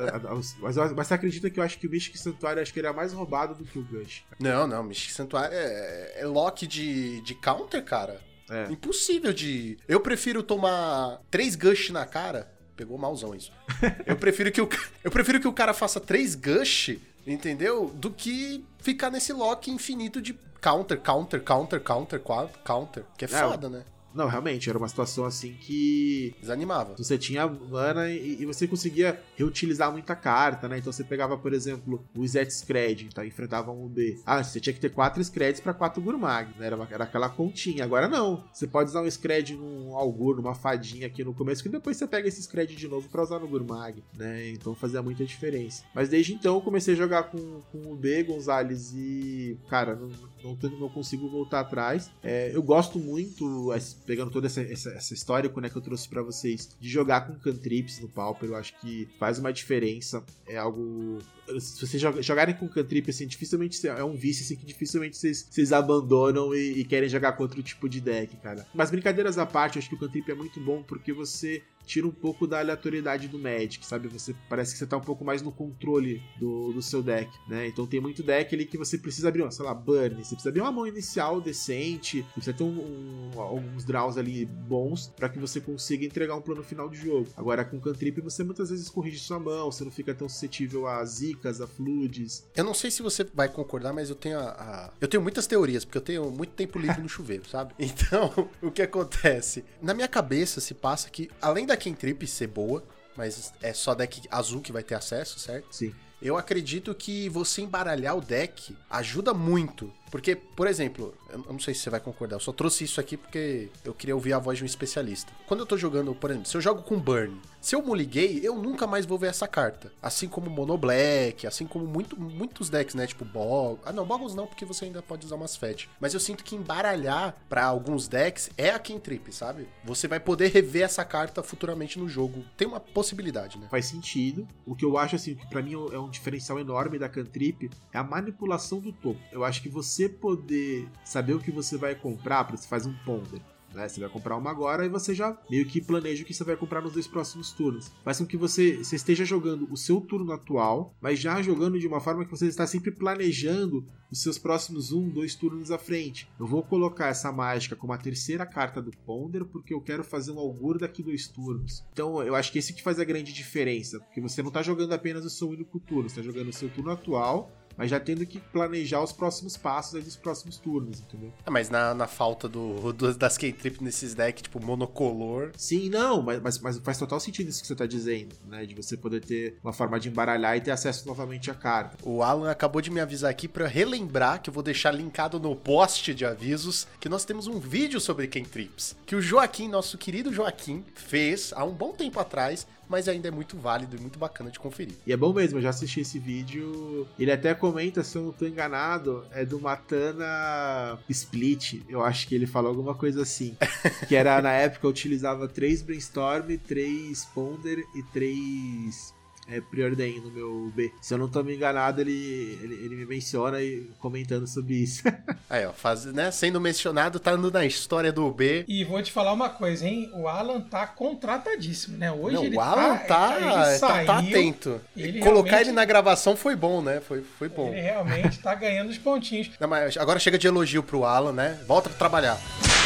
mas, mas você acredita que eu acho que o Mystic Santuário, acho que ele é mais roubado do que o Gush? Não, não, Mystic Santuário é, é lock de, de counter, cara. É. Impossível de... Eu prefiro tomar três gush na cara. Pegou malzão isso. Eu prefiro que o, eu prefiro que o cara faça três gush, entendeu? Do que ficar nesse lock infinito de counter, counter, counter, counter, counter. Que é, é foda, né? Não, realmente, era uma situação assim que... desanimava. Você tinha mana e, e você conseguia reutilizar muita carta, né? Então você pegava, por exemplo, o Zed Scred, então enfrentava um U B. Ah, você tinha que ter quatro Screds pra quatro Gurmag, né? Era, uma, era aquela continha. Agora não. Você pode usar um Scred num Augur, numa fadinha aqui no começo, que depois você pega esse Scred de novo pra usar no Gurmag, né? Então fazia muita diferença. Mas desde então eu comecei a jogar com, com o U B, Gonzalez, e... cara, não, não, não consigo voltar atrás. É, eu gosto muito... pegando toda essa, essa, essa histórico, né, que eu trouxe pra vocês, de jogar com cantrips no Pauper, eu acho que faz uma diferença, é algo... Se vocês jogarem com cantrip, assim, dificilmente é um vício, assim, que dificilmente vocês, vocês abandonam e, e querem jogar com outro tipo de deck, cara. Mas brincadeiras à parte, eu acho que o cantrip é muito bom porque você tira um pouco da aleatoriedade do Magic, sabe? Você parece que você tá um pouco mais no controle do, do seu deck, né? Então tem muito deck ali que você precisa abrir, ó, sei lá, burn, você precisa abrir uma mão inicial decente, você precisa ter um, um, alguns draws ali bons pra que você consiga entregar um plano final de jogo. Agora com cantrip você muitas vezes corrige sua mão, você não fica tão suscetível a zicas, a floods. Eu não sei se você vai concordar, mas eu tenho a, a... eu tenho muitas teorias, porque eu tenho muito tempo livre no chuveiro, sabe? Então, o que acontece? Na minha cabeça se passa que, além da cantrip ser boa, mas é só deck azul que vai ter acesso, certo? Sim. Eu acredito que você embaralhar o deck ajuda muito. Porque, por exemplo, eu não sei se você vai concordar, eu só trouxe isso aqui porque eu queria ouvir a voz de um especialista. Quando eu tô jogando, por exemplo, se eu jogo com Burn, se eu muliguei, eu nunca mais vou ver essa carta. Assim como Mono Black, assim como muito, muitos decks, né? Tipo Boggles. Ah, não, Boggles não, porque você ainda pode usar umas Fetch. Mas eu sinto que embaralhar pra alguns decks é a cantrip, sabe? Você vai poder rever essa carta futuramente no jogo. Tem uma possibilidade, né? Faz sentido. O que eu acho, assim, que pra mim é um diferencial enorme da cantrip é a manipulação do topo. Eu acho que você Você poder saber o que você vai comprar, para você fazer um ponder, né? Você vai comprar uma agora e você já meio que planeja o que você vai comprar nos dois próximos turnos. Faz com que você, você esteja jogando o seu turno atual, mas já jogando de uma forma que você está sempre planejando os seus próximos um, dois turnos à frente. Eu vou colocar essa mágica como a terceira carta do ponder porque eu quero fazer um augur daqui dois turnos. Então eu acho que esse que faz a grande diferença, porque você não está jogando apenas o seu único turno, você está jogando o seu turno atual, mas já tendo que planejar os próximos passos aí dos próximos turnos, entendeu? Ah, mas na, na falta do, do, das cantrip nesses decks, tipo, monocolor... Sim, não, mas, mas, mas faz total sentido isso que você tá dizendo, né? De você poder ter uma forma de embaralhar e ter acesso novamente à carta. O Alan acabou de me avisar aqui pra relembrar, que eu vou deixar linkado no post de avisos, que nós temos um vídeo sobre cantrips, que o Joaquim, nosso querido Joaquim, fez há um bom tempo atrás, mas ainda é muito válido e muito bacana de conferir. E é bom mesmo, eu já assisti esse vídeo. Ele até comenta, se eu não tô enganado, é do Matana Split. Eu acho que ele falou alguma coisa assim. Que era, na época, eu utilizava três Brainstorm, três Ponder e três é, Preordain no meu B. Se eu não tô me enganado, ele, ele, ele me menciona e comentando sobre isso. Aí, ó, faz, né, sendo mencionado, tá no, na história do B. E vou te falar uma coisa, hein? O Alan tá contratadíssimo, né? Hoje Não, ele o Alan tá, tá, ele tá, saiu, tá atento. Ele Colocar realmente- ele na gravação foi bom, né? Foi, foi bom. Ele realmente tá ganhando os pontinhos. Não, mas agora chega de elogio pro Alan, né? Volta pra trabalhar.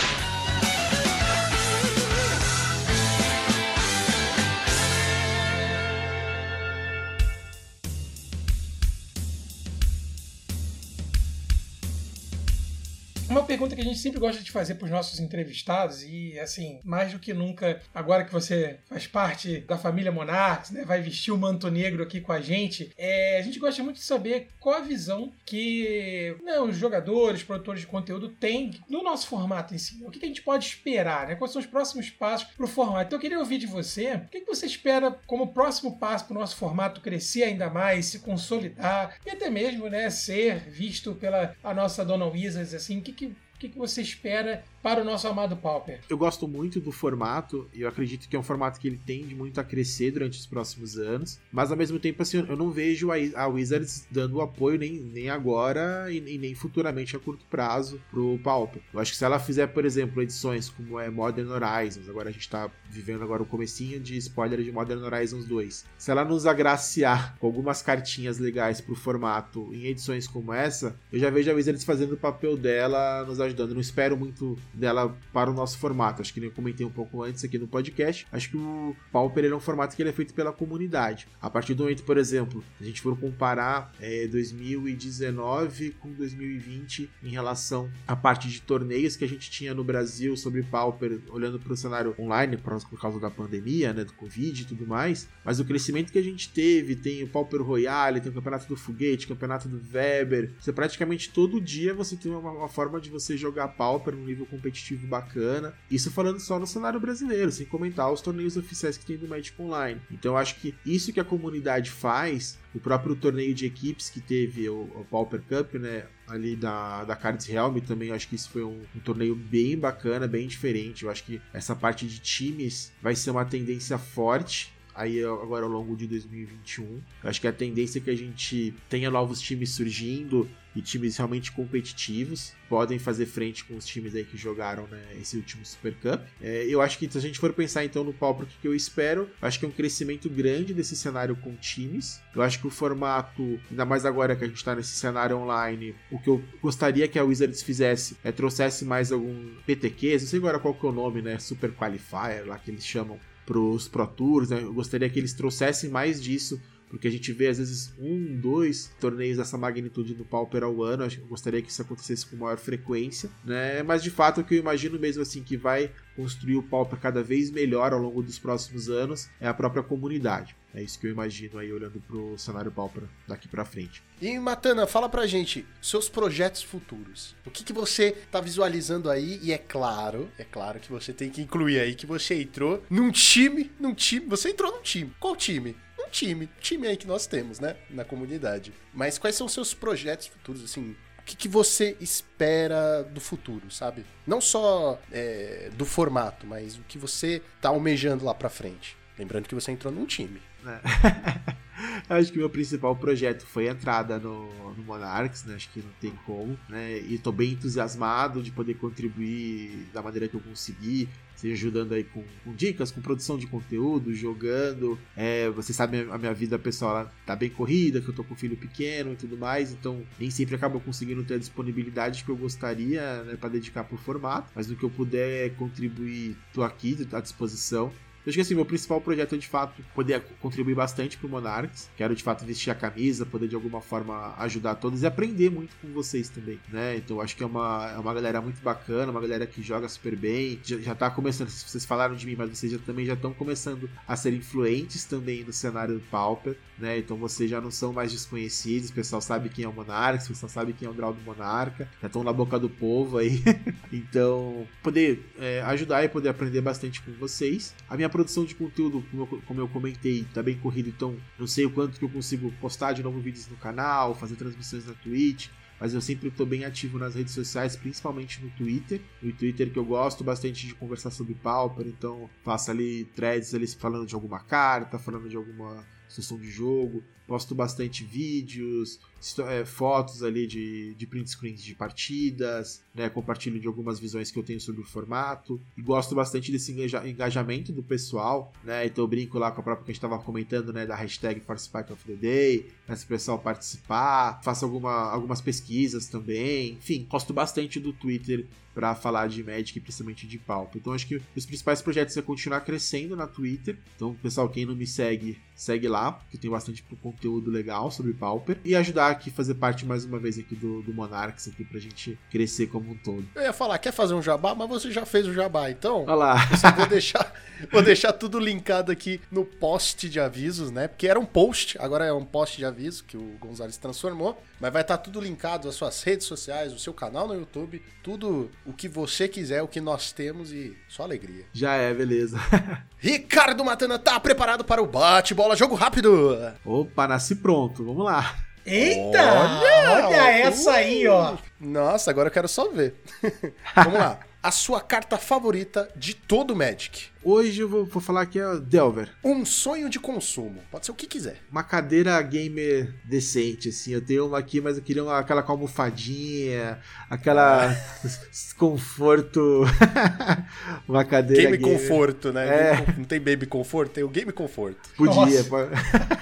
Uma pergunta que a gente sempre gosta de fazer para os nossos entrevistados, e assim, mais do que nunca, agora que você faz parte da família Monarchs, né, vai vestir o manto negro aqui com a gente, é, a gente gosta muito de saber qual a visão que, né, os jogadores, produtores de conteúdo têm do nosso formato em si. O que a gente pode esperar, né? Quais são os próximos passos para o formato? Então eu queria ouvir de você, o que você espera como próximo passo para o nosso formato crescer ainda mais, se consolidar, e até mesmo, né, ser visto pela a nossa dona Wizards, assim, o que que O que, que você espera para o nosso amado Pauper? Eu gosto muito do formato e eu acredito que é um formato que ele tende muito a crescer durante os próximos anos, mas ao mesmo tempo assim, eu não vejo a, a Wizards dando apoio nem, nem agora e, e nem futuramente a curto prazo pro Pauper. Eu acho que se ela fizer, por exemplo, edições como é Modern Horizons, agora a gente tá vivendo agora o comecinho de spoiler de Modern Horizons dois, se ela nos agraciar com algumas cartinhas legais pro formato em edições como essa, eu já vejo a Wizards fazendo o papel dela nos ajudando. Eu não espero muito dela para o nosso formato. Acho que nem eu comentei um pouco antes aqui no podcast. Acho que o Pauper ele é um formato que ele é feito pela comunidade. A partir do momento, por exemplo, se a gente for comparar é, dois mil e dezenove com dois mil e vinte em relação à parte de torneios que a gente tinha no Brasil sobre Pauper, olhando para o cenário online, por, por causa da pandemia, né, do Covid e tudo mais, mas o crescimento que a gente teve, tem o Pauper Royale, tem o Campeonato do Foguete, Campeonato do Weber, você praticamente todo dia você tem uma, uma forma de você jogar Pauper num nível competitivo bacana. Isso falando só no cenário brasileiro, sem comentar os torneios oficiais que tem do Magic Online. Então eu acho que isso que a comunidade faz, o próprio torneio de equipes que teve o, o Pauper Cup, né, ali da, da Cards Realm também, eu acho que isso foi um, um torneio bem bacana, bem diferente. Eu acho que essa parte de times vai ser uma tendência forte aí agora ao longo de dois mil e vinte e um. Eu acho que a tendência é que a gente tenha novos times surgindo e times realmente competitivos podem fazer frente com os times aí que jogaram, né, esse último Super Cup. É, eu acho que se a gente for pensar então no Pauper, o que eu espero, eu acho que é um crescimento grande desse cenário com times. Eu acho que o formato, ainda mais agora que a gente tá nesse cenário online, o que eu gostaria que a Wizards fizesse é trouxesse mais algum P T Qs, não sei agora qual que é o nome, né, Super Qualifier, lá que eles chamam pros Pro Tours, né? Eu gostaria que eles trouxessem mais disso, porque a gente vê às vezes um, dois torneios dessa magnitude no Pauper ao ano. Eu gostaria que isso acontecesse com maior frequência, né? Mas de fato o que eu imagino mesmo assim que vai construir o Pauper cada vez melhor ao longo dos próximos anos é a própria comunidade. É isso que eu imagino aí olhando pro cenário Pauper daqui pra frente. E Matana, fala pra gente seus projetos futuros. O que, que você tá visualizando aí? E é claro, é claro que você tem que incluir aí que você entrou num time, num time, você entrou num time. Qual time? Um time, time aí que nós temos, né, na comunidade. Mas quais são os seus projetos futuros, assim? O que, que você espera do futuro, sabe? Não só é, do formato, mas o que você tá almejando lá pra frente. Lembrando que você entrou num time. É. Acho que o meu principal projeto foi a entrada no, no Monarchs, né? Acho que não tem como, né? E tô bem entusiasmado de poder contribuir da maneira que eu conseguir, seja ajudando aí com, com dicas, com produção de conteúdo, jogando. É, você sabe, a minha vida pessoal ela tá bem corrida, que eu tô com um filho pequeno e tudo mais, então nem sempre acabo conseguindo ter a disponibilidade que eu gostaria, né, para dedicar pro formato, mas no que eu puder contribuir, tô aqui à disposição. Eu acho que assim, meu principal projeto é de fato poder contribuir bastante pro Monarchs. Quero de fato vestir a camisa, poder de alguma forma ajudar todos e aprender muito com vocês também, né? Então eu acho que é uma, é uma galera muito bacana, uma galera que joga super bem. Já, já tá começando, vocês falaram de mim, mas vocês já, também já estão começando a ser influentes também no cenário do Pauper, né? Então vocês já não são mais desconhecidos, o pessoal sabe quem é o Monarchs, o pessoal sabe quem é o Grau do Monarca, já estão na boca do povo aí. Então, poder é, ajudar e poder aprender bastante com vocês. A minha produção de conteúdo, como eu, como eu comentei, tá bem corrido, então não sei o quanto que eu consigo postar de novo vídeos no canal, fazer transmissões na Twitch, mas eu sempre estou bem ativo nas redes sociais, principalmente no Twitter. No Twitter que eu gosto bastante de conversar sobre Pauper, então faço ali threads ali falando de alguma carta, falando de alguma sessão de jogo, posto bastante vídeos, é, fotos ali de, de print screens de partidas, né, compartilho de algumas visões que eu tenho sobre o formato, e gosto bastante desse engaja, engajamento do pessoal, né, então eu brinco lá com a própria que a gente estava comentando, né, da hashtag Forcepack of the Day, né, se o pessoal participar, faço alguma, algumas pesquisas também, enfim, gosto bastante do Twitter para falar de Magic e principalmente de Pauper. Então acho que os principais projetos é continuar crescendo na Twitter. Então, pessoal, quem não me segue, segue lá, que tem bastante conteúdo legal sobre Pauper. E ajudar aqui, fazer parte mais uma vez aqui do, do Monarchs aqui pra gente crescer como um todo. Eu ia falar, quer fazer um jabá? Mas você já fez o jabá, então... Olha lá. Eu vou deixar, vou deixar tudo linkado aqui no post de avisos, né? Porque era um post, agora é um post de aviso que o Gonzalez transformou. Mas vai estar tudo linkado às suas redes sociais, o seu canal no YouTube, tudo o que você quiser, o que nós temos e só alegria. Já é, beleza. Ricardo Matana tá preparado para o bate-bola, jogo rápido. Opa, nasci pronto, vamos lá. Eita! Olha, olha essa aí, ó. Nossa, agora eu quero só ver. Vamos lá. A sua carta favorita de todo o Magic. Hoje eu vou, vou falar que é Delver. Um sonho de consumo. Pode ser o que quiser. Uma cadeira gamer decente, assim. Eu tenho uma aqui, mas eu queria uma, aquela com almofadinha, aquela conforto. Uma cadeira game gamer. Conforto, né? É. Game, não tem baby conforto, tem o game conforto. Podia. Pode...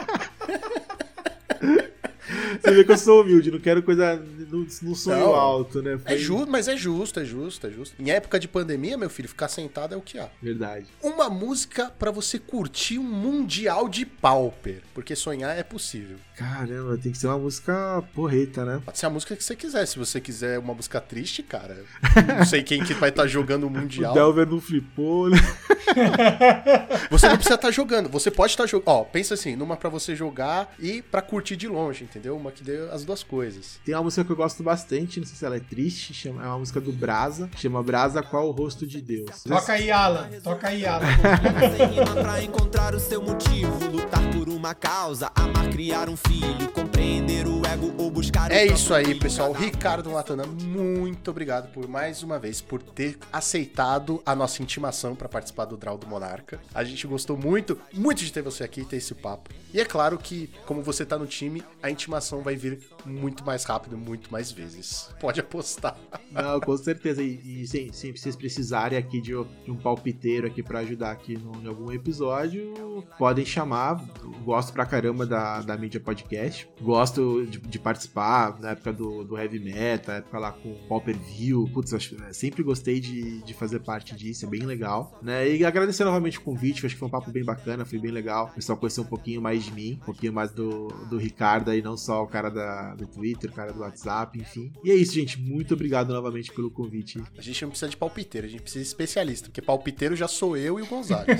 Você vê que eu sou humilde, não quero coisa no, no sonho não, alto, né? Foi... É justo, mas é justo, é justo, é justo. Em época de pandemia, meu filho, ficar sentado é o que há. Verdade. Uma música pra você curtir um mundial de Pauper, porque sonhar é possível. Caramba, tem que ser uma música porreta, né? Pode ser a música que você quiser. Se você quiser uma música triste, cara, não sei quem que vai estar tá jogando o mundial. O Delver não flipou, né? Você não precisa estar tá jogando, você pode estar tá jogando. Ó, pensa assim, numa pra você jogar e pra curtir de longe, entendeu? Uma que dê as duas coisas. Tem uma música que eu gosto bastante, não sei se ela é triste, chama, é uma música do Brasa, chama Brasa, Qual o Rosto de Deus. Toca aí, Alan, toca aí, Alan. Pra encontrar o seu motivo, lutar por uma causa, amar, criar um filho, compreender o ego ou buscar... É isso aí, pessoal. Ricardo Matana, muito obrigado por mais uma vez, por ter aceitado a nossa intimação pra participar do Draw do Monarca. A gente gostou muito, muito de ter você aqui e ter esse papo. E é claro que, como você tá no time, a intimação vai vir muito mais rápido, muito mais vezes. Pode apostar. Não, com certeza. E, e sempre, sempre vocês precisarem aqui de, de um palpiteiro aqui pra ajudar aqui no, em algum episódio, podem chamar. Gosto pra caramba da, da mídia podcast. Gosto de, de participar na época do, do Heavy Metal, na época lá com o Pauper View. Putz, acho, sempre gostei de, de fazer parte disso, é bem legal, né? E agradecer novamente o convite, acho que foi um papo bem bacana, foi bem legal. O pessoal conheceu um pouquinho mais de mim, um pouquinho mais do, do Ricardo aí, não só o cara da, do Twitter, o cara do WhatsApp, enfim. E é isso, gente. Muito obrigado novamente pelo convite. A gente não precisa de palpiteiro, a gente precisa de especialista, porque palpiteiro já sou eu e o Gonzalez.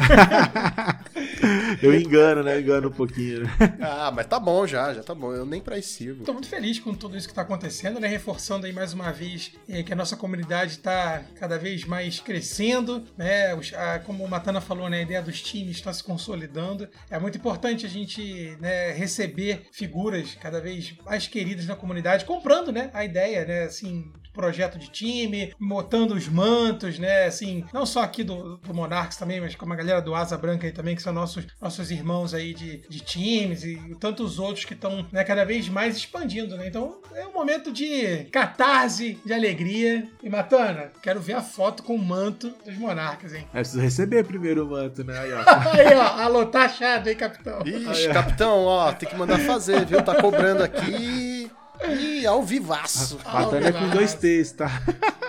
Eu engano, né? Engano um pouquinho, né? Ah, mas tá bom já, já tá bom. Eu nem pra isso sirvo. Tô muito feliz com tudo isso que tá acontecendo, né? Reforçando aí mais uma vez é, que a nossa comunidade tá cada vez mais crescendo, né? Os, a, como o Matana falou, né? A ideia dos times está se consolidando. É muito importante a gente, né, receber figuras cada vez mais queridas na comunidade, comprando, né, a ideia, né, assim, projeto de time, botando os mantos, né, assim, não só aqui do, do Monarchs também, mas com a galera do Asa Branca aí também, que são nossos, nossos irmãos aí de, de times e tantos outros que estão, né, cada vez mais expandindo, né, então é um momento de catarse, de alegria. E Matana, quero ver a foto com o manto dos Monarchs, hein. É preciso receber primeiro o manto, né, aí, ó. Aí, ó, alô, tá achado, hein, capitão. Ixi, aí, capitão, ó, tem que mandar fazer, viu, tá cobrando aqui. Ih, ao vivaço. Matana é com dois T's, tá?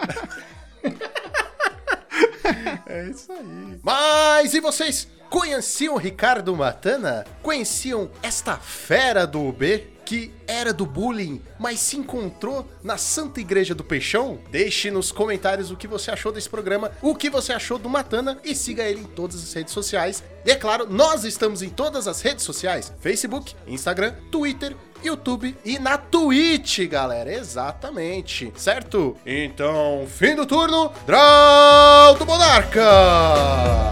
É isso aí. Mas e vocês? Conheciam Ricardo Matana? Conheciam esta fera do U B? Que era do bullying, mas se encontrou na Santa Igreja do Peixão? Deixe nos comentários o que você achou desse programa, o que você achou do Matana e siga ele em todas as redes sociais. E é claro, nós estamos em todas as redes sociais: Facebook, Instagram, Twitter, YouTube e na Twitch, galera. Exatamente, certo? Então, fim do turno, Draw do Monarca!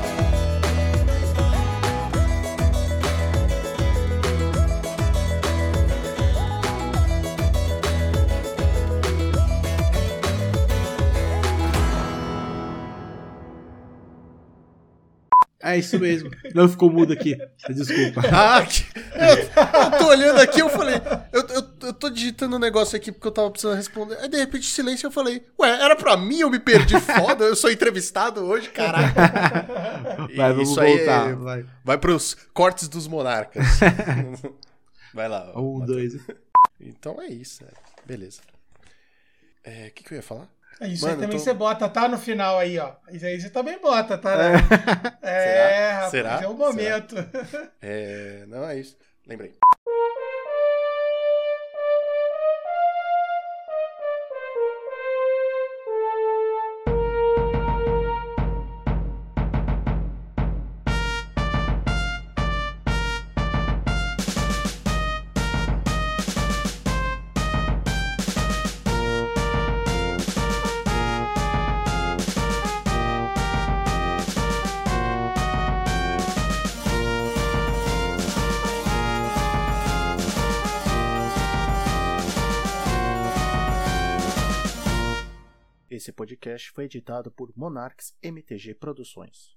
É isso mesmo. Não ficou mudo aqui. Desculpa. Ah, que... eu, eu tô olhando aqui, eu falei, eu, eu, eu tô digitando um negócio aqui porque eu tava precisando responder. Aí de repente, silêncio, eu falei, ué, era pra mim, eu me perdi foda, eu sou entrevistado hoje, caralho. Vai, vamos Isso aí voltar. é... vai. vai pros cortes dos monarcas. Vai lá. ó, Um, Matheus. dois. Então é isso, é. Beleza. O é, que, que eu ia falar? Isso Mano, aí também tô- você bota, tá no final aí, ó. Isso aí você também bota, tá? Né? É, Será? rapaz, Será? é o momento. É, não é isso. Lembrei. Esse podcast foi editado por Monarques M T G Produções.